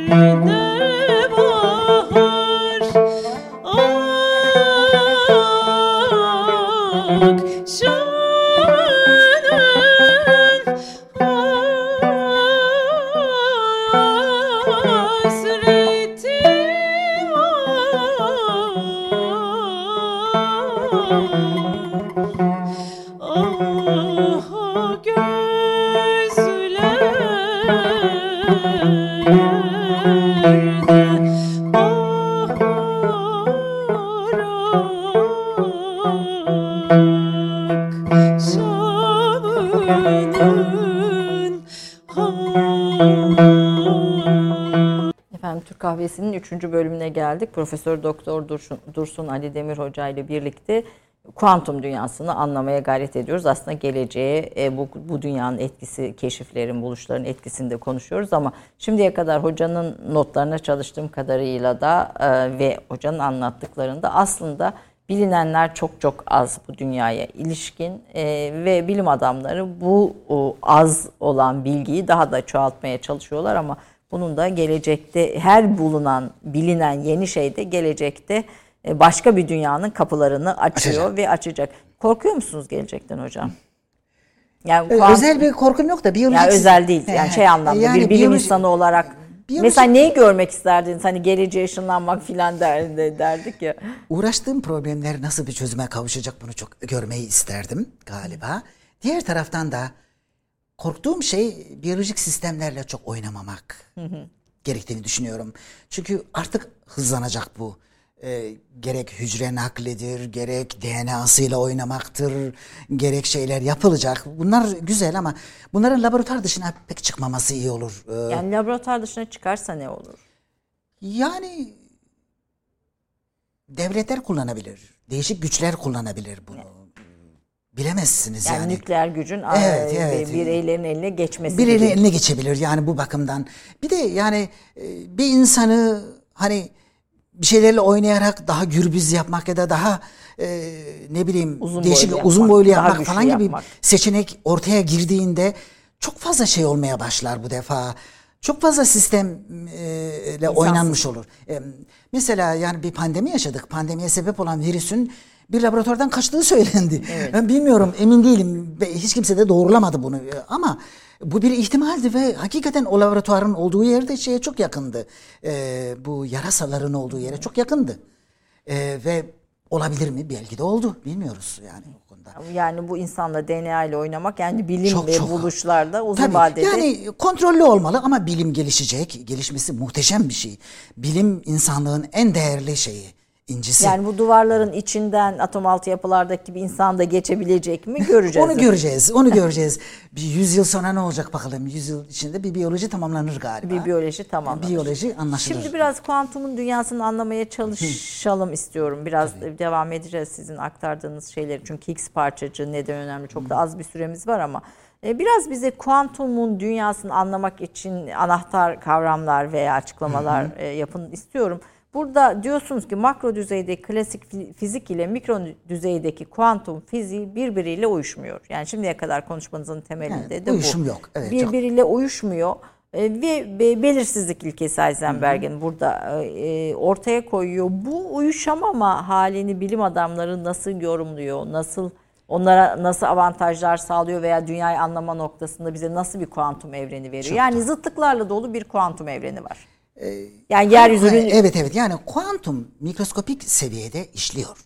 Gözlerde bahar, ah Kahvesi'nin üçüncü bölümüne geldik. Profesör Doktor Dursun, Dursun Ali Demir Hoca ile birlikte kuantum dünyasını anlamaya gayret ediyoruz. Aslında geleceğe e, bu, bu dünyanın etkisi, keşiflerin, buluşların etkisini de konuşuyoruz ama şimdiye kadar hocanın notlarına çalıştığım kadarıyla da e, ve hocanın anlattıklarında aslında bilinenler çok çok az bu dünyaya ilişkin e, ve bilim adamları bu o, az olan bilgiyi daha da çoğaltmaya çalışıyorlar ama bunun da gelecekte her bulunan, bilinen yeni şey de gelecekte başka bir dünyanın kapılarını açıyor açacak. ve açacak. Korkuyor musunuz gelecekten hocam? Yani kuant... Özel bir korkum yok da biyolojik... Yani özel değil. Yani şey anlamda yani bir bilim biyoloji... insanı olarak... Biyolojik... Mesela neyi görmek isterdiniz? Hani geleceğe ışınlanmak filan der, derdik ya. Uğraştığım problemler nasıl bir çözüme kavuşacak bunu çok görmeyi isterdim galiba. Diğer taraftan da korktuğum şey biyolojik sistemlerle çok oynamamak hı hı. gerektiğini düşünüyorum. Çünkü artık hızlanacak bu. E, gerek hücre naklidir, gerek D N A'sıyla oynamaktır, gerek şeyler yapılacak. Bunlar güzel ama bunların laboratuvar dışına pek çıkmaması iyi olur. Ee, yani laboratuvar dışına çıkarsa ne olur? Yani devletler kullanabilir, değişik güçler kullanabilir bunu. Yani. Bilemezsiniz yani. Yani nükleer gücün evet, evet. bireylerin eline geçmesi. Bireylerin eline geçebilir yani bu bakımdan. Bir de yani bir insanı hani bir şeylerle oynayarak daha gürbüz yapmak ya da daha e, ne bileyim uzun değişik boylu uzun yapmak, boylu yapmak falan gibi yapmak. seçenek ortaya girdiğinde çok fazla şey olmaya başlar bu defa. Çok fazla sistemle e, oynanmış olur. E, mesela yani bir pandemi yaşadık. Pandemiye sebep olan virüsün bir laboratuvardan kaçtığı söylendi. Evet. Ben bilmiyorum, emin değilim. Hiç kimse de doğrulamadı bunu. Ama bu bir ihtimaldi ve hakikaten o laboratuvarın olduğu yerde şeye çok yakındı. Ee, bu yarasaların olduğu yere çok yakındı. Ee, ve olabilir mi? Belki de oldu. Bilmiyoruz yani o konuda. Yani bu insanla D N A ile oynamak yani bilim çok, ve çok. buluşlarda uzun Tabii, vadede. Yani kontrollü olmalı ama bilim gelişecek. Gelişmesi muhteşem bir şey. Bilim insanlığın en değerli şeyi. İncisi. Yani bu duvarların içinden atom altı yapılardaki bir insan da geçebilecek mi? Göreceğiz. Onu göreceğiz. Onu göreceğiz. Bir yüz yıl sonra ne olacak bakalım? Yüz yıl içinde bir biyoloji tamamlanır galiba. Bir biyoloji tamamlanır. Biyoloji anlaşılır. Şimdi biraz kuantumun dünyasını anlamaya çalışalım istiyorum. Biraz Tabii. devam edeceğiz sizin aktardığınız şeyleri. Çünkü Higgs parçacığı neden önemli? Çok da az bir süremiz var ama biraz bize kuantumun dünyasını anlamak için anahtar kavramlar veya açıklamalar hı hı. yapın istiyorum. Burada diyorsunuz ki makro düzeydeki klasik fizik ile mikro düzeydeki kuantum fiziği birbiriyle uyuşmuyor. Yani şimdiye kadar konuşmanızın temelinde evet, de bu. Uyuşum yok. Evet, birbiriyle çok. uyuşmuyor ve belirsizlik ilkesi Heisenberg'in burada ortaya koyuyor. Bu uyuşamama halini bilim adamları nasıl yorumluyor? Nasıl onlara nasıl avantajlar sağlıyor veya dünyayı anlama noktasında bize nasıl bir kuantum evreni veriyor? Çok yani da. zıtlıklarla dolu bir kuantum evreni var. Yani yeryüzünün... Evet evet yani kuantum mikroskopik seviyede işliyor.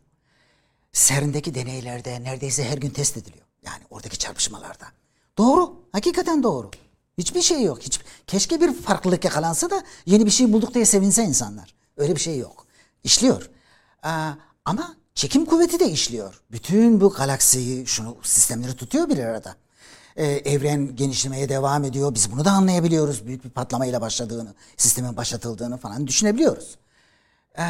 CERN'deki deneylerde neredeyse her gün test ediliyor. Yani oradaki çarpışmalarda. Doğru. Hakikaten doğru. Hiçbir şey yok. Hiç, keşke bir farklılık yakalansa da yeni bir şey bulduk diye sevinse insanlar. Öyle bir şey yok. İşliyor. Ee, ama çekim kuvveti de işliyor. Bütün bu galaksiyi, şunu sistemleri tutuyor bir arada. Ee, evren genişlemeye devam ediyor. Biz bunu da anlayabiliyoruz. Büyük bir patlamayla başladığını, sistemin başlatıldığını falan düşünebiliyoruz. Ee,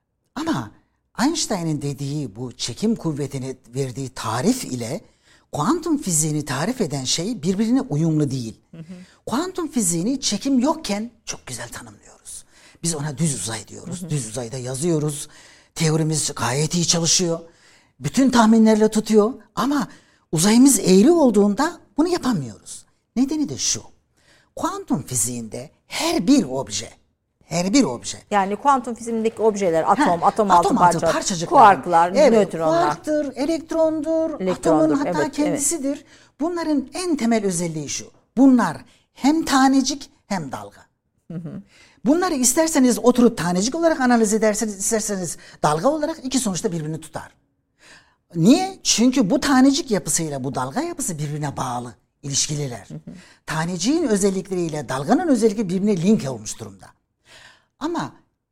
ama Einstein'ın dediği bu çekim kuvvetini verdiği tarif ile kuantum fiziğini tarif eden şey birbirine uyumlu değil. Hı hı. Kuantum fiziğini çekim yokken çok güzel tanımlıyoruz. Biz ona düz uzay diyoruz. Hı hı. Düz uzayda yazıyoruz. Teorimiz gayet iyi çalışıyor. Bütün tahminlerle tutuyor ama uzayımız eğri olduğunda bunu yapamıyoruz. Nedeni de şu. Kuantum fiziğinde her bir obje, her bir obje. Yani kuantum fiziğindeki objeler atom, ha, atom altı atom parça, parçacıklar, kuarklar, evet, nötronlar. Kuarktır, elektrondur, elektrondur atomun hatta evet, kendisidir. Evet. Bunların en temel özelliği şu. Bunlar hem tanecik hem dalga. Hı hı. Bunları isterseniz oturup tanecik olarak analiz ederseniz, isterseniz dalga olarak iki sonuçta birbirini tutar. Niye? Çünkü bu tanecik yapısıyla bu dalga yapısı birbirine bağlı, ilişkililer. Hı hı. Taneciğin özellikleriyle dalganın özellikleri birbirine link olmuş durumda. Ama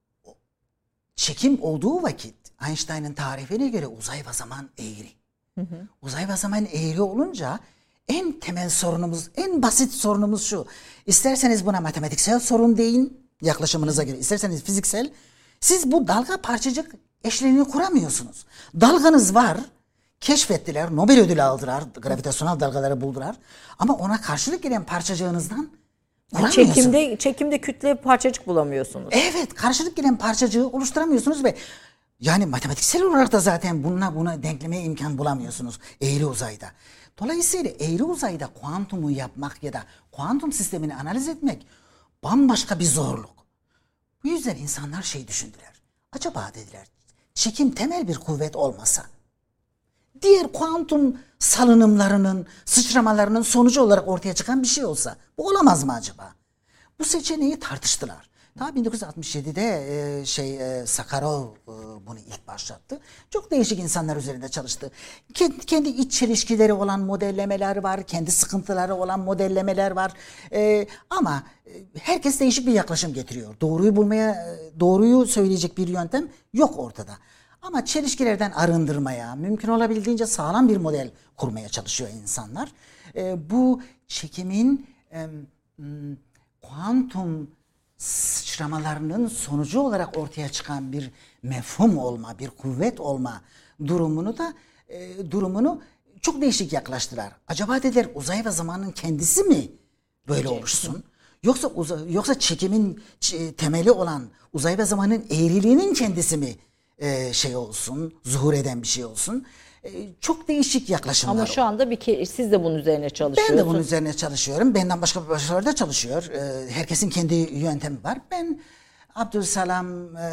çekim olduğu vakit Einstein'ın tarifine göre uzay ve zaman eğri. Hı hı. Uzay ve zaman eğri olunca en temel sorunumuz, en basit sorunumuz şu. İsterseniz buna matematiksel sorun deyin, yaklaşımınıza göre, isterseniz fiziksel, siz bu dalga parçacık eşleniğini kuramıyorsunuz. Dalganız var, keşfettiler, Nobel ödülü aldılar, gravitasyonel dalgaları buldular. Ama ona karşılık gelen parçacığınızdan kuramıyorsunuz. Çekimde, çekimde kütle parçacık bulamıyorsunuz. Evet, karşılık gelen parçacığı oluşturamıyorsunuz ve yani matematiksel olarak da zaten buna buna denklemeye imkan bulamıyorsunuz eğri uzayda. Dolayısıyla eğri uzayda kuantumu yapmak ya da kuantum sistemini analiz etmek bambaşka bir zorluk. Bu yüzden insanlar şey düşündüler. Acaba dediler, çekim temel bir kuvvet olmasa, diğer kuantum salınımlarının, sıçramalarının sonucu olarak ortaya çıkan bir şey olsa, bu olamaz mı acaba? Bu seçeneği tartıştılar. Daha bin dokuz yüz altmış yedide e, şey e, Sakharov e, bunu ilk başlattı. Çok değişik insanlar üzerinde çalıştı. Kendi, kendi iç çelişkileri olan modellemeler var, kendi sıkıntıları olan modellemeler var. E, ama e, herkes değişik bir yaklaşım getiriyor. Doğruyu bulmaya, e, doğruyu söyleyecek bir yöntem yok ortada. Ama çelişkilerden arındırmaya, mümkün olabildiğince sağlam bir model kurmaya çalışıyor insanlar. E, bu çekimin e, m, kuantum sıçramalarının sonucu olarak ortaya çıkan bir mefhum olma, bir kuvvet olma durumunu da e, durumunu çok değişik yaklaştılar. Acaba dediler uzay ve zamanın kendisi mi böyle oluşsun? Yoksa uzay, yoksa çekimin ç- temeli olan uzay ve zamanın eğriliğinin kendisi mi e, şey olsun, zuhur eden bir şey olsun? Çok değişik yaklaşımlar. Ama şu anda bir ke- siz de bunun üzerine çalışıyorsunuz. Ben de bunun üzerine çalışıyorum. Benden başka bir başkaları da çalışıyor. Herkesin kendi yöntemi var. Ben Abdülselam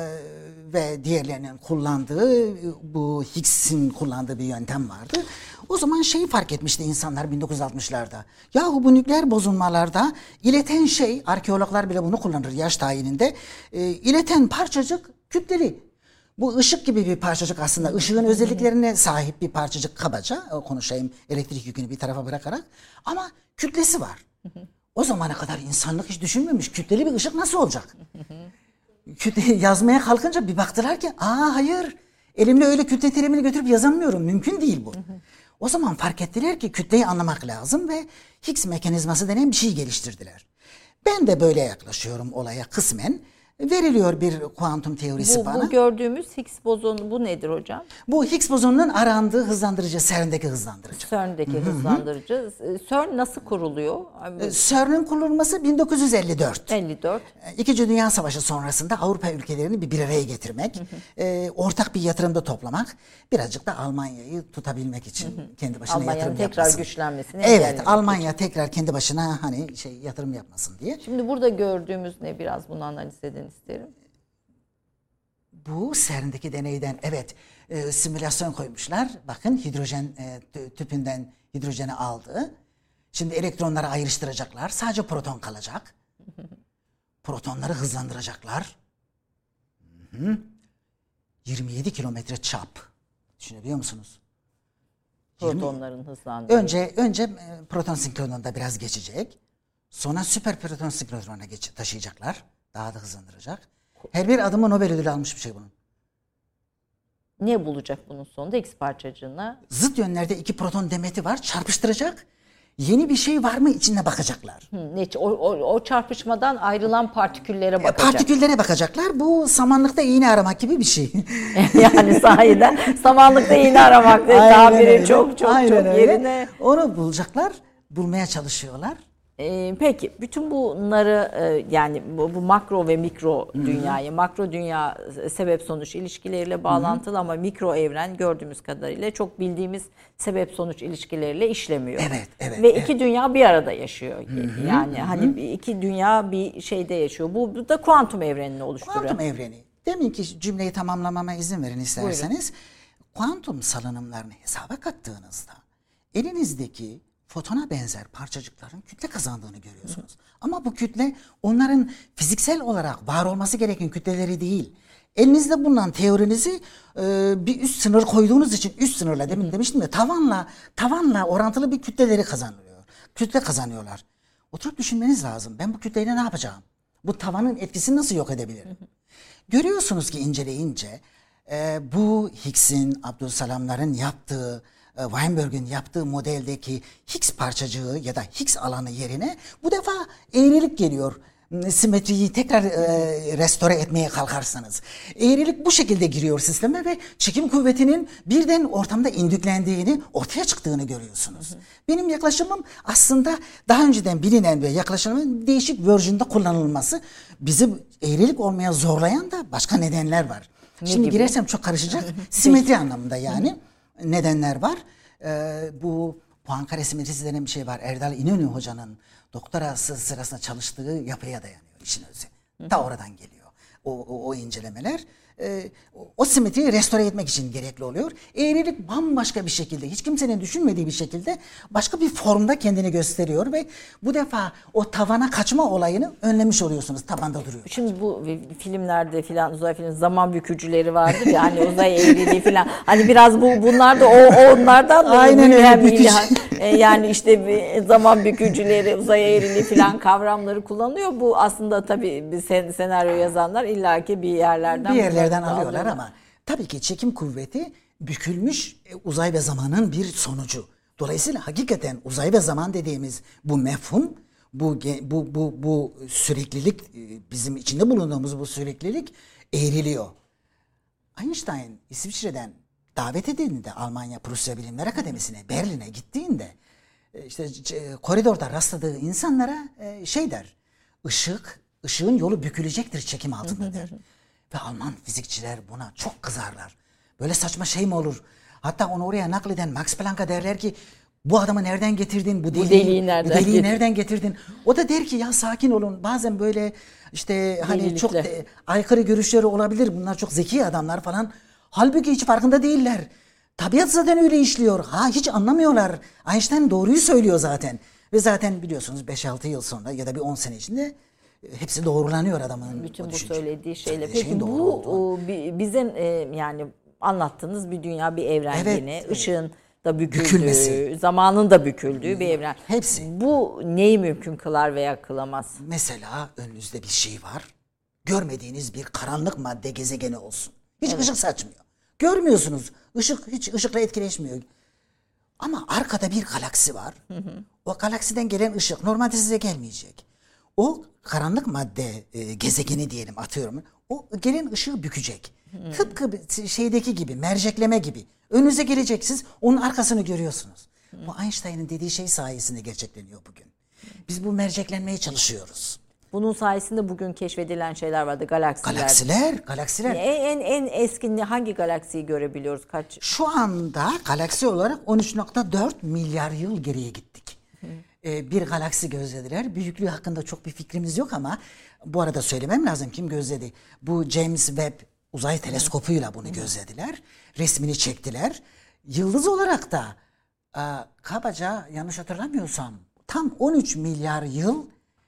ve diğerlerinin kullandığı, bu Higgs'in kullandığı bir yöntem vardı. O zaman şeyi fark etmişti insanlar bin dokuz yüz altmışlarda. Yahu bu nükleer bozulmalarda ileten şey, arkeologlar bile bunu kullanır yaş tayininde. İleten parçacık kütleli. Bu ışık gibi bir parçacık aslında. Işığın özelliklerine sahip bir parçacık kabaca. Konuşayım elektrik yükünü bir tarafa bırakarak. Ama kütlesi var. O zamana kadar insanlık hiç düşünmemiş. Kütleli bir ışık nasıl olacak? Kütle, yazmaya kalkınca bir baktılar ki aa hayır. Elimle öyle kütle terimini götürüp yazamıyorum. Mümkün değil bu. O zaman fark ettiler ki kütleyi anlamak lazım ve Higgs mekanizması denen bir şey geliştirdiler. Ben de böyle yaklaşıyorum olaya kısmen. Veriliyor bir kuantum teorisi bu, bana. Bu gördüğümüz Higgs bozonu bu nedir hocam? Bu Higgs bozonunun arandığı hızlandırıcı, CERN'deki hızlandırıcı. CERN'deki hızlandırıcı. CERN nasıl kuruluyor? CERN'in kurulması bin dokuz yüz elli dört. elli dört. İkinci Dünya Savaşı sonrasında Avrupa ülkelerini bir bir araya getirmek, e, ortak bir yatırımda toplamak, birazcık da Almanya'yı tutabilmek için kendi başına Almanya'nın yatırım tekrar yapmasın. güçlenmesini Evet, Almanya için. tekrar kendi başına hani şey yatırım yapmasın diye. Şimdi burada gördüğümüz ne, biraz bunu analiz edin isterim. Bu CERN'deki deneyden evet e, simülasyon koymuşlar. Bakın hidrojen e, tüpünden hidrojeni aldı. Şimdi elektronları ayrıştıracaklar. Sadece proton kalacak. Protonları hızlandıracaklar. Hı-hı. yirmi yedi kilometre çap. Düşünebiliyor musunuz? Protonların hızlandırılması. Önce önce e, proton sinkronunda biraz geçecek. Sonra süper proton sinkronuna geç, taşıyacaklar. Daha da hızlandıracak. Her bir adımı Nobel ödülü almış bir şey bunun. Ne bulacak bunun sonunda X parçacığına? Zıt yönlerde iki proton demeti var. Çarpıştıracak. Yeni bir şey var mı içine bakacaklar. Hı, ne, o, o, o çarpışmadan ayrılan partiküllere bakacak. Partiküllere bakacaklar. Bu samanlıkta iğne aramak gibi bir şey. Yani sahiden samanlıkta iğne aramak tabiri çok çok Aynen çok öyle. yerine. Onu bulacaklar. Bulmaya çalışıyorlar. Ee, peki bütün bunları e, yani bu, bu makro ve mikro Hı-hı. dünyayı, makro dünya sebep sonuç ilişkileriyle bağlantılı Hı-hı. ama mikro evren gördüğümüz kadarıyla çok bildiğimiz sebep sonuç ilişkileriyle işlemiyor. Evet, evet. Ve evet. iki dünya bir arada yaşıyor. Hı-hı. Yani Hı-hı. hani iki dünya bir şeyde yaşıyor. Bu, bu da kuantum evrenini oluşturuyor. Kuantum evreni. Deminki cümleyi tamamlamama izin verin isterseniz. Buyurun. Kuantum salınımlarını hesaba kattığınızda elinizdeki fotona benzer parçacıkların kütle kazandığını görüyorsunuz. Hı. Ama bu kütle onların fiziksel olarak var olması gereken kütleleri değil. Elinizde bulunan teorinizi e, bir üst sınır koyduğunuz için üst sınırla demin Hı. demiştim ya tavanla tavanla orantılı bir kütleleri kazanıyor. Kütle kazanıyorlar. Oturup düşünmeniz lazım. Ben bu kütleyle ne yapacağım? Bu tavanın etkisini nasıl yok edebilirim? Hı. Görüyorsunuz ki inceleyince e, bu Higgs'in, Abdülselamların yaptığı Weinberg'in yaptığı modeldeki Higgs parçacığı ya da Higgs alanı yerine bu defa eğrilik geliyor. simetriyi tekrar e, restore etmeye kalkarsanız. Eğrilik bu şekilde giriyor sisteme ve çekim kuvvetinin birden ortamda indüklendiğini, ortaya çıktığını görüyorsunuz. Hı hı. Benim yaklaşımım aslında daha önceden bilinen ve yaklaşımın değişik version'da kullanılması. Bizi eğrilik olmaya zorlayan da başka nedenler var. Ne Şimdi gibi? Girersem çok karışacak. Simetri anlamında yani hı hı. nedenler var. Ee, bu Poincare simetrisi denen bir şey var. Erdal İnönü Hoca'nın doktorası sırasında çalıştığı yapıya dayanıyor işin özü. Ta oradan geliyor o, o, o incelemeler. Ee, o simetriyi restore etmek için gerekli oluyor. Eğrilik bambaşka bir şekilde, hiç kimsenin düşünmediği bir şekilde başka bir formda kendini gösteriyor ve bu defa o tavana kaçma olayını önlemiş oluyorsunuz. Tabanda duruyor. Şimdi bu filmlerde filan, uzay filmlerinde zaman bükücüleri vardır ya hani uzay eğriliği filan. Hani biraz bu bunlar da o onlardan da aynen öyle. Yani işte zaman bükücüleri, uzay eğriliği filan kavramları kullanıyor. Bu aslında tabii bir sen, senaryo yazanlar illaki bir yerlerden bir yerlerden alıyorlar alıyorlar. Ama tabii ki çekim kuvveti bükülmüş uzay ve zamanın bir sonucu. Dolayısıyla hakikaten uzay ve zaman dediğimiz bu mefhum, bu bu bu bu süreklilik, bizim içinde bulunduğumuz bu süreklilik eğriliyor. Einstein İsviçre'den davet edildiğinde Almanya Prusya Bilimler Akademisi'ne, Berlin'e gittiğinde işte koridorda rastladığı insanlara şey der. Işık, ışığın yolu bükülecektir çekim altında der. Ve Alman fizikçiler buna çok kızarlar. Böyle saçma şey mi olur? Hatta onu oraya nakleden Max Planck'a derler ki bu adamı nereden getirdin? Bu deliği, bu deliği, nereden, bu deliği getirdin? nereden getirdin? O da der ki ya sakin olun. Bazen böyle işte hani Delilikle. çok de, aykırı görüşleri olabilir. Bunlar çok zeki adamlar falan. Halbuki hiç farkında değiller. Tabiat zaten öyle işliyor. Ha hiç anlamıyorlar. Einstein doğruyu söylüyor zaten. Ve zaten biliyorsunuz beş altı yıl sonra ya da bir on sene içinde hepsi doğrulanıyor adamın. Bütün bu söylediği şeyle. Peki bu o, bizim e, yani anlattığınız bir dünya, bir evren evet, yine. Evet. Işığın da büküldüğü, Bükülmesi. zamanın da büküldüğü bir evren. Hepsi. Bu neyi mümkün kılar veya kılamaz? Mesela önünüzde bir şey var. Görmediğiniz bir karanlık madde gezegeni olsun. Hiç evet. ışık saçmıyor. Görmüyorsunuz. Işık hiç ışıkla etkileşmiyor. Ama arkada bir galaksi var. Hı hı. O galaksiden gelen ışık normalde size gelmeyecek. O karanlık madde e, gezegeni diyelim atıyorum. O gelen ışığı bükecek. Hmm. Tıpkı şeydeki gibi, mercekleme gibi. Önünüze gelecek, siz onun arkasını görüyorsunuz. Hmm. Bu Einstein'ın dediği şey sayesinde gerçekleniyor bugün. Biz bu merceklenmeye çalışıyoruz. Bunun sayesinde bugün keşfedilen şeyler vardı, galaksiler. Galaksiler, galaksiler. En en, en eskin hangi galaksiyi görebiliyoruz? Kaç? Şu anda galaksi olarak on üç nokta dört milyar yıl geriye gittik. Hmm. Bir galaksi gözlediler. Büyüklüğü hakkında çok bir fikrimiz yok ama bu arada söylemem lazım kim gözledi. Bu James Webb uzay teleskopuyla bunu gözlediler. Resmini çektiler. Yıldız olarak da kabaca yanlış hatırlamıyorsam tam on üç milyar yıl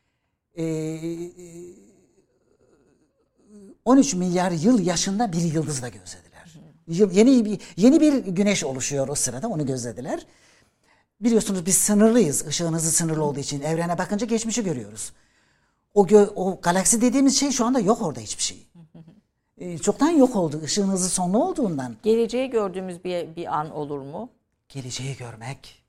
on üç milyar yıl yaşında bir yıldızla gözlediler. Yeni bir yeni bir güneş oluşuyor o sırada, onu gözlediler. Biliyorsunuz biz sınırlıyız. Işığın hızı sınırlı olduğu için evrene bakınca geçmişi görüyoruz. O, gö o galaksi dediğimiz şey şu anda yok orada hiçbir şey. Ee, çoktan yok oldu. Işığın hızı sonlu olduğundan. Geleceği gördüğümüz bir, bir an olur mu? Geleceği görmek.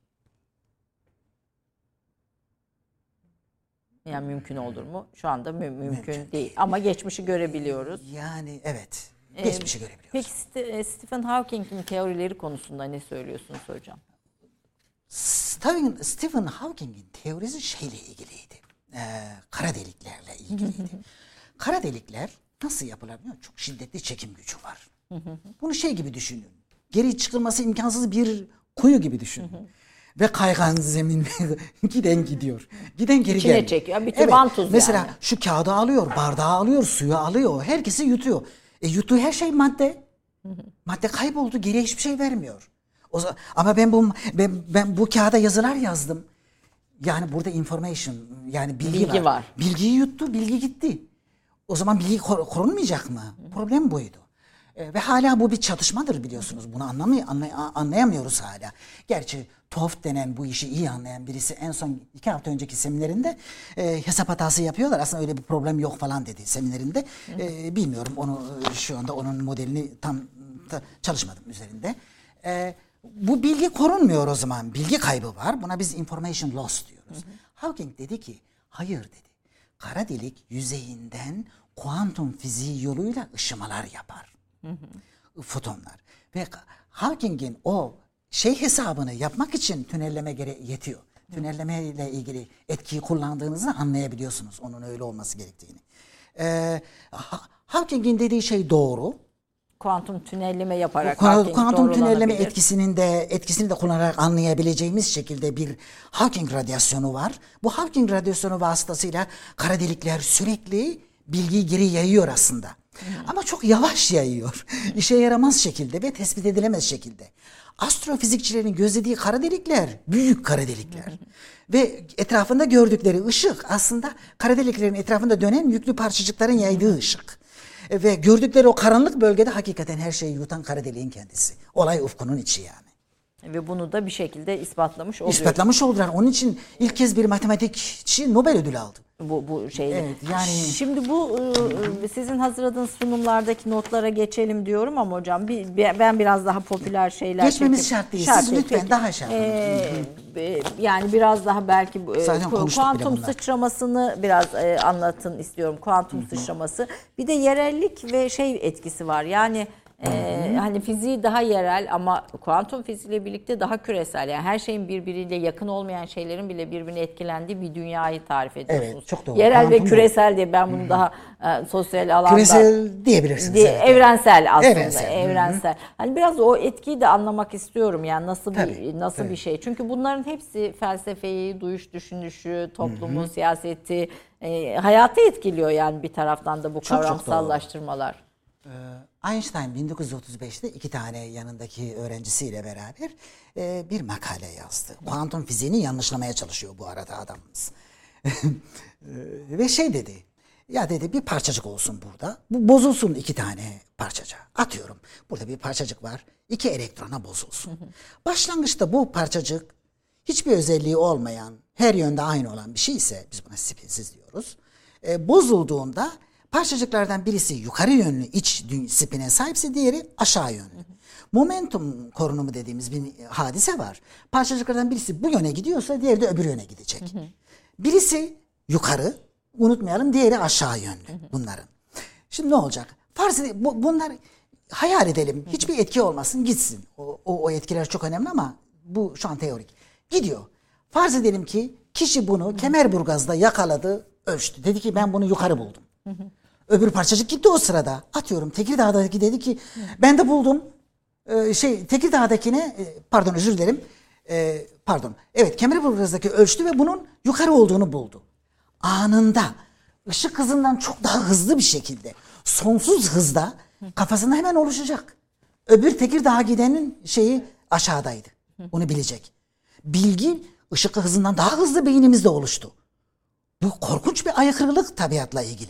Yani mümkün olur mu? Şu anda mü mümkün, mümkün değil. Ama geçmişi görebiliyoruz. Yani evet. Geçmişi ee, görebiliyoruz. Peki St Stephen Hawking'in teorileri konusunda ne söylüyorsunuz hocam? Stephen, Stephen Hawking'in teorisi şeyle ilgiliydi. Ee, kara deliklerle ilgiliydi. Kara delikler nasıl yapılır? Çok şiddetli çekim gücü var. Bunu şey gibi düşünün. Geri çıkılması imkansız bir kuyu gibi düşünün. Ve kaygan zemin giden gidiyor. Giden geri İçine gelmiyor. çekiyor. Bir kıvam evet. tuz Mesela yani. şu kağıdı alıyor, bardağı alıyor, suyu alıyor. Herkesi yutuyor. E yuttuğu her şey madde. Madde kayboldu. Geriye hiçbir şey vermiyor. O zaman, ama ben bu ben, ben bu kağıda yazılar yazdım. Yani burada information, yani bilgi, bilgi var. var. Bilgiyi yuttu, bilgi gitti. O zaman bilgi kor korunmayacak mı? Hı. Problem buydu. E, ve hala bu bir çatışmadır biliyorsunuz. Bunu anlamay anlay anlayamıyoruz hala. Gerçi Toft denen bu işi iyi anlayan birisi en son iki hafta önceki seminerinde e, hesap hatası yapıyorlar. Aslında öyle bir problem yok falan dedi seminerinde. E, bilmiyorum onu şu anda onun modelini tam ta, çalışmadım üzerinde. E, bu bilgi korunmuyor o zaman. Bilgi kaybı var. Buna biz information loss diyoruz. Hı hı. Hawking dedi ki hayır dedi. kara delik yüzeyinden kuantum fiziği yoluyla ışımalar yapar. Hı hı. Fotonlar. Ve Hawking'in o şey hesabını yapmak için tünelleme gere yetiyor. Tünelleme ile ilgili etkiyi kullandığınızı anlayabiliyorsunuz onun öyle olması gerektiğini. Ee, Hawking'in dediği şey doğru. Kuantum tünelleme yaparak kuantum tünelleme etkisinin de etkisini de kullanarak anlayabileceğimiz şekilde bir Hawking radyasyonu var. Bu Hawking radyasyonu vasıtasıyla kara delikler sürekli bilgiyi geri yayıyor aslında. Hmm. Ama çok yavaş yayıyor. İşe yaramaz şekilde ve tespit edilemez şekilde. Astrofizikçilerin gözlediği kara delikler büyük kara delikler. Ve etrafında gördükleri ışık aslında kara deliklerin etrafında dönen yüklü parçacıkların yaydığı ışık. Ve gördükleri o karanlık bölgede hakikaten her şeyi yutan kara deliğin kendisi. Olay ufkunun içi yani. Ve bunu da bir şekilde ispatlamış oluyor. İspatlamış oldular. Onun için ilk kez bir matematikçi Nobel ödülü aldı. Bu bu şeyle. Evet, yani şimdi bu e, sizin hazırladığınız sunumlardaki notlara geçelim diyorum ama hocam bir, ben biraz daha popüler şeyler geçmemiz çekeyim. şart değil. Şart Siz değil. lütfen Peki. daha şart. Ee, yani biraz daha belki e, kuantum sıçramasını biraz e, anlatın istiyorum. Kuantum Hı-hı. sıçraması. Bir de yerellik ve şey etkisi var. Yani Ee, hani fiziği daha yerel ama kuantum fiziğiyle birlikte daha küresel. Yani her şeyin birbiriyle yakın olmayan şeylerin bile birbirine etkilendiği bir dünyayı tarif ediyorsunuz. Evet, çok doğru. Yerel kuantum ve küresel bu. diye ben bunu hmm. daha e, sosyal alanda küresel diyebilirsiniz. Diye, evet. Evrensel aslında. Evrensel. Evrensel. Hmm. Hani biraz o etkiyi de anlamak istiyorum. Yani nasıl tabii, bir nasıl tabii. bir şey? Çünkü bunların hepsi felsefeyi, duyuş düşünüşü, toplumu, hmm. siyaseti, e, hayatı etkiliyor yani bir taraftan da bu çok, kavramsallaştırmalar. Einstein bin dokuz yüz otuz beşte iki tane yanındaki öğrencisiyle beraber e, bir makale yazdı. Kuantum fiziğini yanlışlamaya çalışıyor bu arada adamımız. Ve şey dedi, ya dedi bir parçacık olsun burada, bu bozulsun iki tane parçacığa. Atıyorum, burada bir parçacık var, iki elektrona bozulsun. Başlangıçta bu parçacık hiçbir özelliği olmayan, her yönde aynı olan bir şey ise, biz buna spinsiz diyoruz, e, bozulduğunda parçacıklardan birisi yukarı yönlü iç spine sahipse diğeri aşağı yönlü. Hı hı. Momentum korunumu dediğimiz bir hadise var. Parçacıklardan birisi bu yöne gidiyorsa diğeri de öbür yöne gidecek. Hı hı. Birisi yukarı, unutmayalım, diğeri aşağı yönlü hı hı. bunların. Şimdi ne olacak? Farz edelim, bu, bunlar hayal edelim. Hı hı. Hiçbir etki olmasın, gitsin. O, o, o etkiler çok önemli ama bu şu an teorik. Gidiyor. Farz edelim ki kişi bunu hı hı. Kemerburgaz'da yakaladı, ölçtü. Dedi ki ben bunu yukarı buldum. Hı hı. Öbür parçacık gitti o sırada. Atıyorum Tekirdağ'daki dedi ki Hı. ben de buldum. Ee, şey Tekirdağ'dakine pardon özür dilerim. Ee, pardon. Evet Kemerburgaz'daki ölçtü ve bunun yukarı olduğunu buldu. Anında ışık hızından çok daha hızlı bir şekilde sonsuz hızda kafasında hemen oluşacak. Öbür Tekirdağ'a gidenin şeyi aşağıdaydı. Onu bilecek. Bilgi ışık hızından daha hızlı beynimizde oluştu. Bu korkunç bir aykırılık tabiatla ilgili.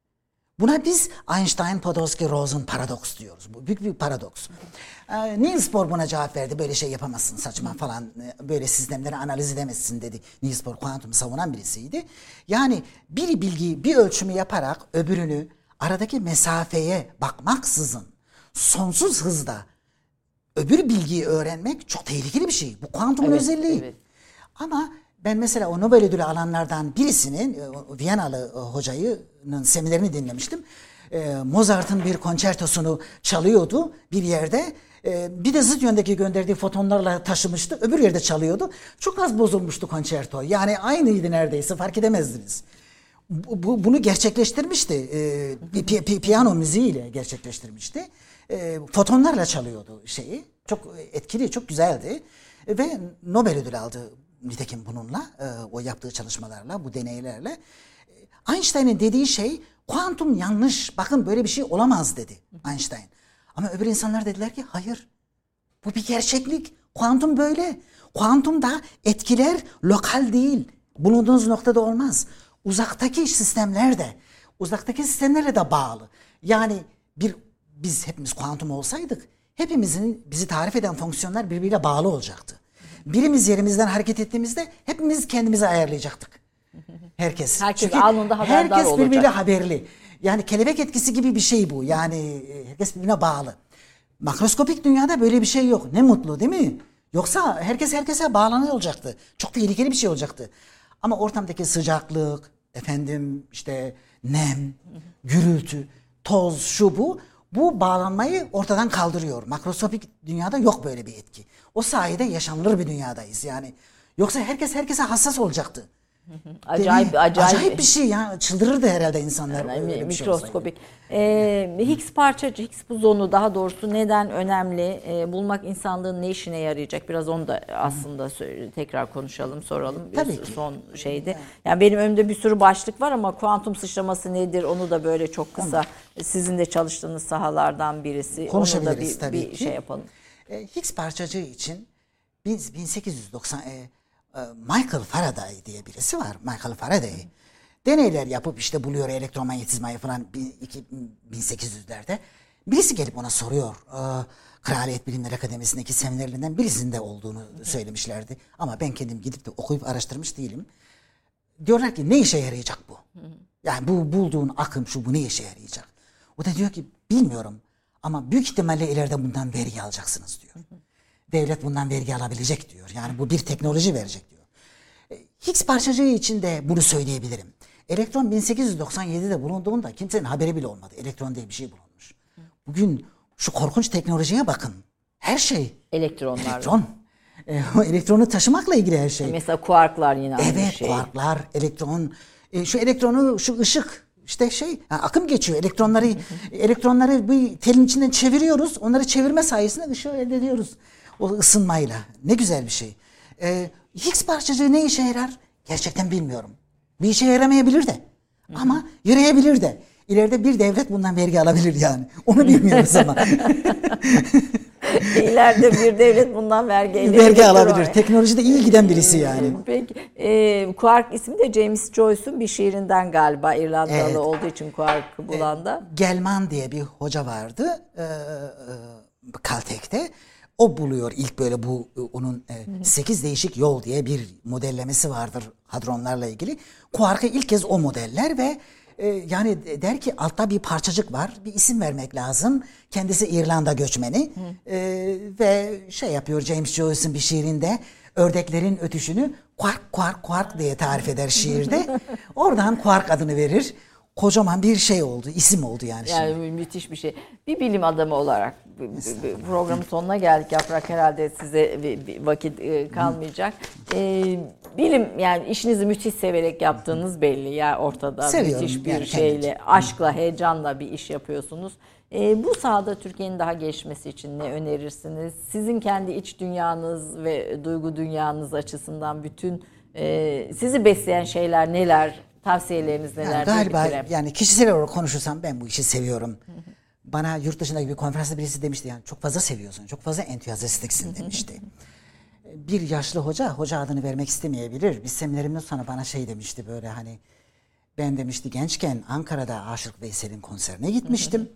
Buna biz Einstein-Podolsky-Rosen paradoks diyoruz. Bu büyük bir paradoks. Ee, Niels Bohr buna cevap verdi. Böyle şey yapamazsın saçma falan. Böyle sistemleri analiz edemezsin dedi. Niels Bohr kuantumu savunan birisiydi. Yani bir bilgiyi bir ölçümü yaparak öbürünü aradaki mesafeye bakmaksızın sonsuz hızda öbür bilgiyi öğrenmek çok tehlikeli bir şey. Bu kuantumun evet, özelliği. Evet. Ama ben mesela o Nobel ödülü alanlardan birisinin, Viyanalı hocayının seminerini dinlemiştim. Mozart'ın bir konçertosunu çalıyordu bir yerde. Bir de zıt yöndeki gönderdiği fotonlarla taşımıştı. Öbür yerde çalıyordu. Çok az bozulmuştu konçerto. Yani aynıydı neredeyse, fark edemezdiniz. Bu, bunu gerçekleştirmişti. Pi, pi, pi, piyano müziğiyle gerçekleştirmişti. Fotonlarla çalıyordu şeyi. Çok etkili, çok güzeldi. Ve Nobel ödülü aldı. Nitekim bununla, o yaptığı çalışmalarla, bu deneylerle. Einstein'ın dediği şey, kuantum yanlış, bakın böyle bir şey olamaz dedi Einstein. Ama öbür insanlar dediler ki hayır, bu bir gerçeklik, kuantum böyle. Kuantumda etkiler lokal değil, bulunduğunuz noktada olmaz. Uzaktaki sistemler de, uzaktaki sistemlerle de bağlı. Yani bir biz hepimiz kuantum olsaydık, hepimizin bizi tarif eden fonksiyonlar birbiriyle bağlı olacaktı. Birimiz yerimizden hareket ettiğimizde hepimiz kendimizi ayarlayacaktık. Herkes. Herkes Çünkü anında haberdar herkes olacak. birbiriyle haberli. Yani kelebek etkisi gibi bir şey bu. Yani herkes birbirine bağlı. Makroskopik dünyada böyle bir şey yok. Ne mutlu değil mi? Yoksa herkes herkese bağlanıyor olacaktı. Çok tehlikeli bir şey olacaktı. Ama ortamdaki sıcaklık, efendim işte nem, gürültü, toz, şu bu. Bu bağlanmayı ortadan kaldırıyor. Makroskopik dünyada yok böyle bir etki. O sayede yaşanılır bir dünyadayız yani. Yoksa herkes herkese hassas olacaktı. Acayip, acayip, acayip bir şey ya. Çıldırırdı herhalde insanlar. Yani mikroskopik. Ee, Higgs parçacığı, Higgs bozonu daha doğrusu neden önemli? Ee, bulmak insanlığın ne işine yarayacak? Biraz onu da aslında söyle, tekrar konuşalım, soralım. Tabii ki. Son şeyde. Yani benim önümde bir sürü başlık var ama kuantum sıçraması nedir? Onu da böyle çok kısa. Tamam. Sizin de çalıştığınız sahalardan birisi. Konuşabiliriz onu da bir, tabii bir ki. şey yapalım. E, Higgs parçacığı için bin sekiz yüz doksan e, Michael Faraday diye birisi var. Michael Faraday. Deneyler yapıp işte buluyor elektromanyetizmayı falan bin sekiz yüzlerde. Birisi gelip ona soruyor. Ee, Kraliyet Bilimler Akademisi'ndeki seminerlerinden birisinde olduğunu söylemişlerdi. Ama ben kendim gidip de okuyup araştırmış değilim. Diyorlar ki ne işe yarayacak bu? Yani bu bulduğun akım şu bu ne işe yarayacak? O da diyor ki bilmiyorum ama büyük ihtimalle ileride bundan vergi alacaksınız diyor. Devlet bundan vergi alabilecek diyor. Yani bu bir teknoloji verecek diyor. Higgs parçacığı için de bunu söyleyebilirim. Elektron bin sekiz yüz doksan yedide bulunduğunda kimsenin haberi bile olmadı. Elektron diye bir şey bulunmuş. Bugün şu korkunç teknolojiye bakın. Her şey. Elektronlar. Elektron. E, o elektronu taşımakla ilgili her şey. Mesela kuarklar yine aynı evet, şey. Evet kuarklar, elektron. E, şu elektronu, şu ışık. İşte şey, yani akım geçiyor. Elektronları elektronları bir telin içinden çeviriyoruz. Onları çevirme sayesinde ışığı elde ediyoruz. O ısınmayla. Ne güzel bir şey. E, Higgs parçacığı ne işe yarar? Gerçekten bilmiyorum. Bir işe yaramayabilir de. Hı-hı. Ama yarayabilir de. İleride bir devlet bundan vergi alabilir yani. Onu bilmiyoruz ama. İleride bir devlet bundan vergi, vergi alabilir. Teknolojide iyi giden birisi yani. Peki. E, Quark ismi de James Joyce'un bir şiirinden galiba. İrlandalı evet. olduğu için Quark'ı bulan da. E, Gelman diye bir hoca vardı. E, e, Caltech'te. O buluyor ilk böyle bu onun e, sekiz değişik yol diye bir modellemesi vardır hadronlarla ilgili. Kuark'ı ilk kez o modeller ve e, yani der ki altta bir parçacık var. Bir isim vermek lazım. Kendisi İrlanda göçmeni e, ve şey yapıyor James Joyce'un bir şiirinde ördeklerin ötüşünü kuark kuark kuark diye tarif eder şiirde. Oradan kuark adını verir. Kocaman bir şey oldu, isim oldu yani. Yani şimdi. Müthiş bir şey. Bir bilim adamı olarak programın sonuna geldik. Yaprak herhalde size vakit kalmayacak. Ee, bilim yani işinizi müthiş severek yaptığınız belli ya ortada. Seviyorum, müthiş bir yani şeyle, kendince. aşkla, heyecanla bir iş yapıyorsunuz. Ee, bu sahada Türkiye'nin daha gelişmesi için ne önerirsiniz? Sizin kendi iç dünyanız ve duygu dünyanız açısından bütün e, sizi besleyen şeyler neler? Tavsiyeleriniz neler? Yani galiba yani kişisel olarak konuşursam ben bu işi seviyorum. Hı hı. Bana yurt dışındaki bir konferansta birisi demişti yani çok fazla seviyorsun, çok fazla entüzyastiksin demişti. Bir yaşlı hoca, hoca adını vermek istemeyebilir. Bir seminerimden sonra bana şey demişti böyle hani ben demişti gençken Ankara'da Aşık Veysel'in konserine gitmiştim.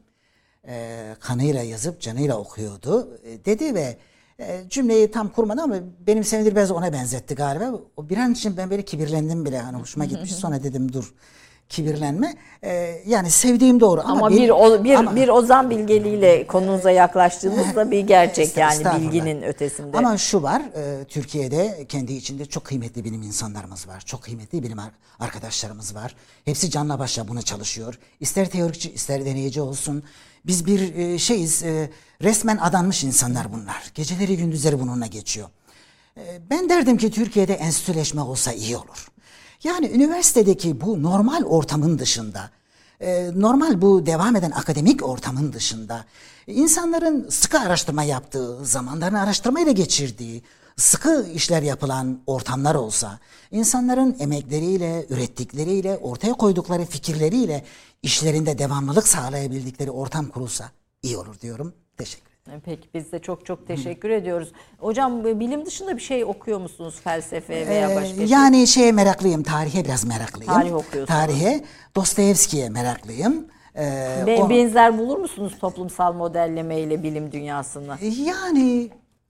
Ee, kanıyla yazıp canıyla okuyordu e, dedi ve e, cümleyi tam kurmadı ama benim seminerim biraz ona benzetti galiba. O bir an için ben böyle kibirlendim bile hani hoşuma gitmiş sonra dedim dur. Kibirlenme. Ee, yani sevdiğim doğru ama, ama bir, bir o, bir ama, bir Ozan bilgeliğiyle konunuza yaklaştığınız da bir gerçek yani bilginin ötesinde. Ama şu var, e, Türkiye'de kendi içinde çok kıymetli bilim insanlarımız var. Çok kıymetli bilim arkadaşlarımız var. Hepsi canla başla buna çalışıyor. İster teorikçi, ister deneyici olsun. Biz bir e, şeyiz, e, resmen adanmış insanlar bunlar. Geceleri gündüzleri bununla geçiyor. E, ben derdim ki Türkiye'de enstitüleşme olsa iyi olur. Yani üniversitedeki bu normal ortamın dışında, e, normal bu devam eden akademik ortamın dışında, insanların sıkı araştırma yaptığı, zamanlarını araştırmayla geçirdiği, sıkı işler yapılan ortamlar olsa, insanların emekleriyle, ürettikleriyle, ortaya koydukları fikirleriyle işlerinde devamlılık sağlayabildikleri ortam kurulsa iyi olur diyorum. Teşekkür ederim. Peki biz de çok çok teşekkür Hı. ediyoruz. Hocam bilim dışında bir şey okuyor musunuz? Felsefe veya başka şey? Yani şeye meraklıyım, tarihe biraz meraklıyım. Tarih okuyorsunuz. Tarihe, Dostoyevski'ye meraklıyım. Ee, Be- on... Benzer bulur musunuz toplumsal modelleme ile bilim dünyasını? Yani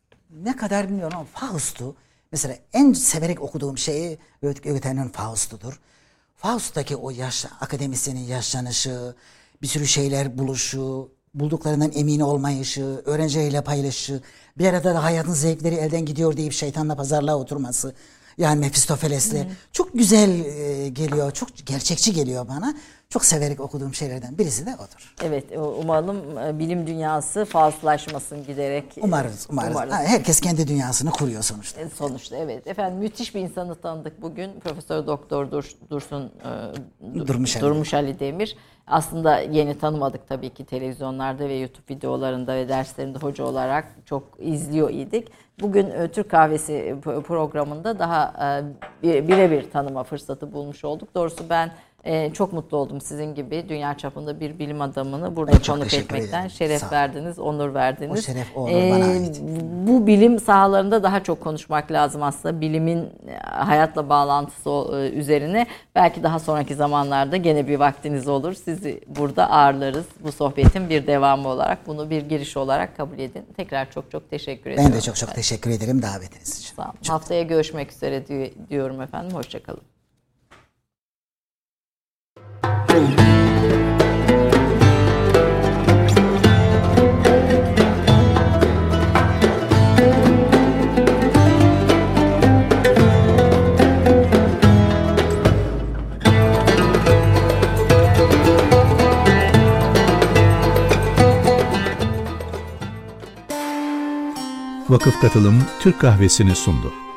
ne kadar bilmiyorum ama Faust'u mesela en severek okuduğum şeyi Goethe'nin Faust'udur. Faust'taki o yaş, akademisyenin yaşlanışı, bir sürü şeyler buluşu, bulduklarından emin olmayışı, öğrencileriyle paylaşışı, bir arada da hayatın zevkleri elden gidiyor deyip şeytanla pazarlığa oturması. Yani Mefistofeles'le. Çok güzel e, geliyor, çok gerçekçi geliyor bana. Çok severek okuduğum şeylerden birisi de odur. Evet, umalım bilim dünyası fazlaşmasın giderek. Umarız, umarız. umarız. Herkes kendi dünyasını kuruyor sonuçta. Sonuçta evet. Efendim müthiş bir insanı tanıdık bugün. Profesör Doktor Dur, Dursun e, Durmuş, Durmuş Ali Demir. Aslında yeni tanımadık tabii ki, televizyonlarda ve YouTube videolarında ve derslerinde hoca olarak çok izliyor idik. Bugün e, Türk Kahvesi programında daha e, birebir tanıma fırsatı bulmuş olduk. Doğrusu ben Ee, çok mutlu oldum sizin gibi dünya çapında bir bilim adamını burada konuk etmekten. Ederim. Şeref verdiniz, onur verdiniz. O şeref o onur ee, bana ait. Bu bilim sahalarında daha çok konuşmak lazım aslında. Bilimin hayatla bağlantısı üzerine. Belki daha sonraki zamanlarda gene bir vaktiniz olur. Sizi burada ağırlarız. Bu sohbetin bir devamı olarak, bunu bir giriş olarak kabul edin. Tekrar çok çok teşekkür ederim. Ben de çok çok teşekkür ederim davetiniz için. Sağ olun. Haftaya görüşmek üzere diyorum efendim. Hoşçakalın. Vakıf Katılım Türk Kahvesi'ni sundu.